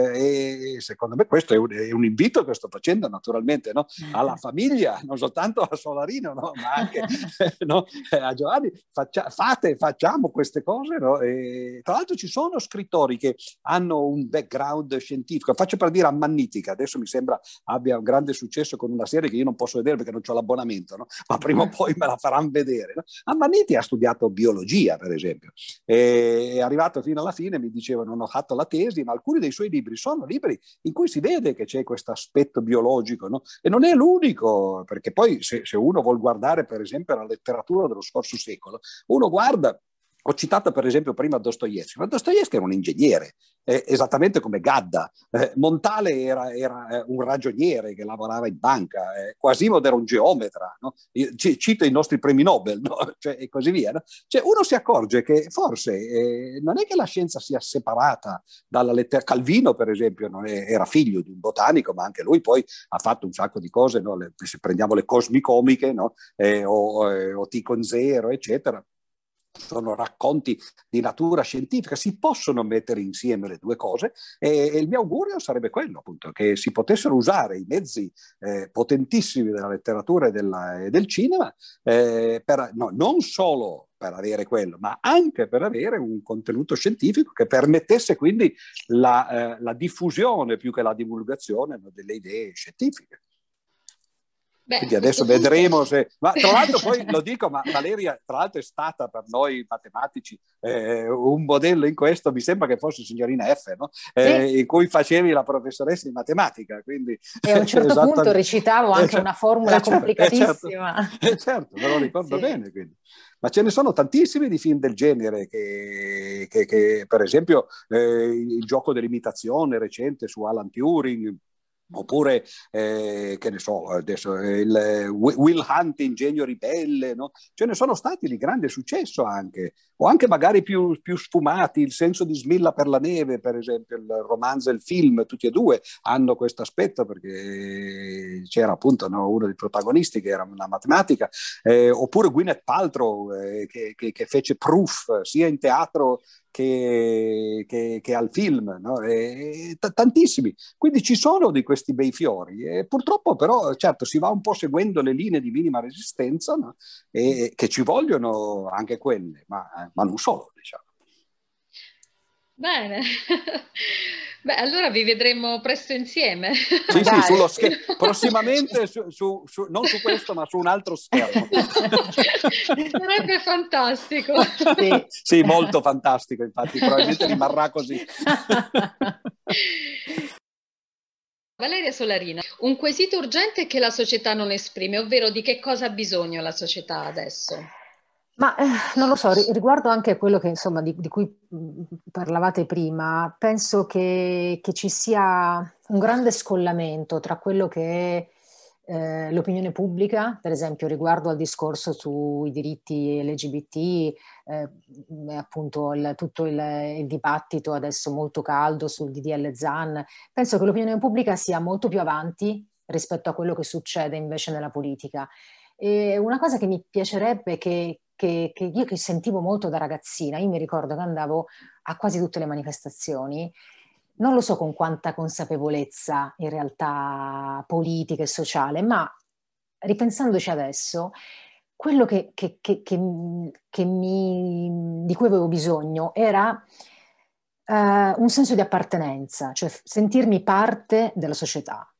e secondo me questo è un invito che sto facendo, naturalmente, no? Alla famiglia, non soltanto a Solarino, no? Ma anche no? A Giovanni, facciamo queste cose, no? E, tra l'altro ci sono scrittori che hanno un background scientifico. Faccio per dire Ammannitica, adesso mi sembra abbia un grande successo con una serie che io non posso vedere perché non ho l'abbonamento, no? Ma prima o poi me la faranno vedere, no? Ammanniti ha studiato biologia, per esempio, e è arrivato fino alla fine, mi diceva non ho fatto la tesi, ma alcuni dei suoi libri sono libri in cui si vede che c'è questo aspetto biologico, no? E non è l'unico, perché poi se uno vuol guardare per esempio la letteratura dello scorso secolo, uno guarda. Ho citato per esempio prima Dostoevsky, ma Dostoevsky era un ingegnere, esattamente come Gadda. Montale era un ragioniere che lavorava in banca, Quasimodo era un geometra, no? Cito i nostri premi Nobel, no? Cioè, e così via. No? Cioè, uno si accorge che forse non è che la scienza sia separata dalla letteratura. Calvino per esempio era figlio di un botanico, ma anche lui poi ha fatto un sacco di cose, no? Se prendiamo le cosmicomiche, no? O Ticon Zero, eccetera. Sono racconti di natura scientifica, si possono mettere insieme le due cose, e il mio augurio sarebbe quello, appunto, che si potessero usare i mezzi potentissimi della letteratura e del cinema non solo per avere quello, ma anche per avere un contenuto scientifico che permettesse quindi la diffusione più che la divulgazione, no, delle idee scientifiche. Beh, Quindi adesso vedremo se. Ma tra l'altro poi lo dico, ma Valeria tra l'altro è stata per noi matematici un modello in questo, mi sembra che fosse signorina F, no? Sì. In cui facevi la professoressa di matematica. Quindi, e a un certo punto recitavo anche una formula complicatissima. Certo, me lo ricordo Sì. bene. Quindi. Ma ce ne sono tantissimi di film del genere che per esempio il gioco dell'imitazione recente su Alan Turing, oppure che ne so adesso Will Hunt, Ingegno ribelle, no? Ce ne sono stati di grande successo anche, o anche magari più sfumati. Il senso di Smilla per la neve, per esempio, il romanzo e il film, tutti e due hanno questo aspetto, perché c'era appunto, no, uno dei protagonisti che era una matematica, oppure Gwyneth Paltrow che fece Proof sia in teatro che al film, no? Tantissimi. Quindi ci sono di questi bei fiori, e purtroppo però certo si va un po' seguendo le linee di minima resistenza, no? E che ci vogliono anche quelle, ma non solo, diciamo. Bene, beh, allora vi vedremo presto insieme. Sì, sì, Magari. prossimamente non su questo, ma su un altro schermo. Sarebbe fantastico. Sì. Sì, molto fantastico, infatti, probabilmente rimarrà così. Valeria Solarina, un quesito urgente che la società non esprime, ovvero di che cosa ha bisogno la società adesso? Ma non lo so, riguardo anche a quello che, insomma, di cui parlavate prima, penso che ci sia un grande scollamento tra quello che è l'opinione pubblica, per esempio riguardo al discorso sui diritti LGBT, appunto tutto il dibattito adesso molto caldo sul DDL Zan. Penso che l'opinione pubblica sia molto più avanti rispetto a quello che succede invece nella politica. E una cosa che mi piacerebbe che io che sentivo molto da ragazzina, io mi ricordo che andavo a quasi tutte le manifestazioni, non lo so con quanta consapevolezza in realtà politica e sociale, ma ripensandoci adesso, quello di cui avevo bisogno era un senso di appartenenza, cioè sentirmi parte della società.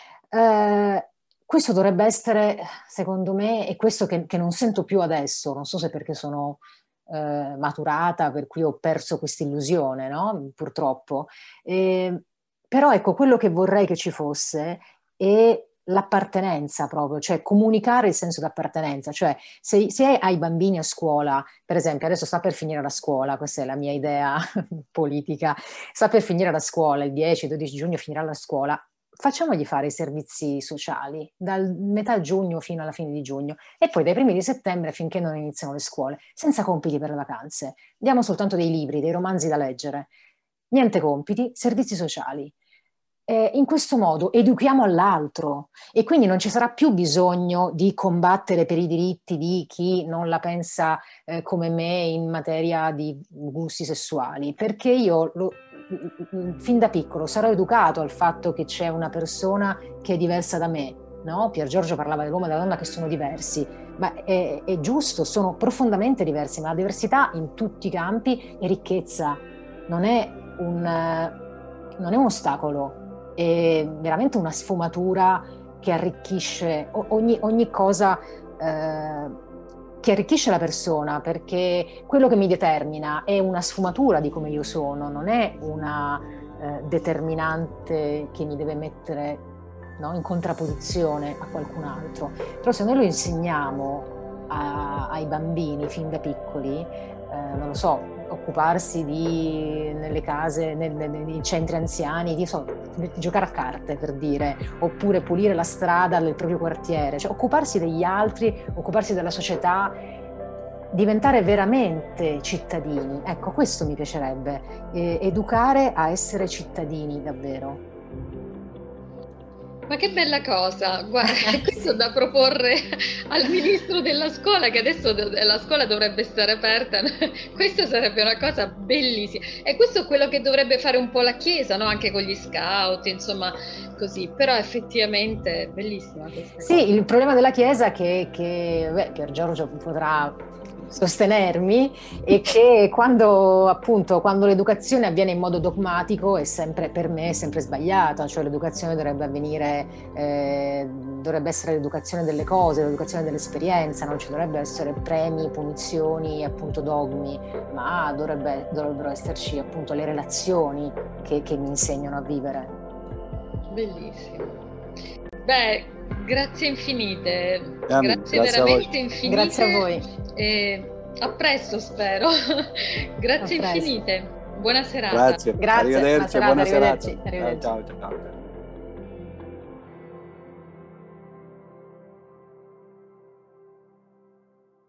Questo dovrebbe essere, secondo me, è questo che non sento più adesso, non so se perché sono maturata, per cui ho perso questa illusione, no? Purtroppo. Però ecco, quello che vorrei che ci fosse è l'appartenenza proprio, cioè comunicare il senso di appartenenza, cioè se hai bambini a scuola, per esempio adesso sta per finire la scuola, questa è la mia idea politica, sta per finire la scuola, il 10-12 giugno finirà la scuola, facciamogli fare i servizi sociali dal metà giugno fino alla fine di giugno e poi dai primi di settembre finché non iniziano le scuole, senza compiti per le vacanze, diamo soltanto dei libri, dei romanzi da leggere, niente compiti, servizi sociali. In questo modo educhiamo all'altro e quindi non ci sarà più bisogno di combattere per i diritti di chi non la pensa come me in materia di gusti sessuali, perché io fin da piccolo sarò educato al fatto che c'è una persona che è diversa da me, no? Pier Giorgio parlava dell'uomo e della donna che sono diversi, ma è giusto, sono profondamente diversi, ma la diversità in tutti i campi è ricchezza, non è un ostacolo. È veramente una sfumatura che arricchisce ogni cosa, che arricchisce la persona, perché quello che mi determina è una sfumatura di come io sono, non è una determinante che mi deve mettere, no, in contrapposizione a qualcun altro. Però se noi lo insegniamo ai bambini fin da piccoli, non lo so, occuparsi nelle case, nei centri anziani, di giocare a carte, per dire, oppure pulire la strada del proprio quartiere, cioè occuparsi degli altri, occuparsi della società, diventare veramente cittadini. Ecco, questo mi piacerebbe, educare a essere cittadini davvero. Ma che bella cosa, guarda, questo da proporre al ministro della scuola, che adesso la scuola dovrebbe stare aperta, questa sarebbe una cosa bellissima. E questo è quello che dovrebbe fare un po' la Chiesa, no? Anche con gli scout, insomma, così. Però effettivamente è bellissima questa cosa. Sì, il problema della Chiesa è che Pier Giorgio potrà sostenermi, e che quando l'educazione avviene in modo dogmatico è sempre, per me, è sempre sbagliata, cioè l'educazione dovrebbe avvenire, dovrebbe essere l'educazione delle cose, l'educazione dell'esperienza, non ci dovrebbe essere premi, punizioni, appunto dogmi, ma dovrebbero esserci appunto le relazioni che mi insegnano a vivere. Bellissimo. Beh, grazie infinite, grazie veramente infinite. Grazie a voi. E a presto, spero. Grazie infinite. Buona serata. Grazie. Arrivederci, buona serata. Arrivederci. Ciao, ciao.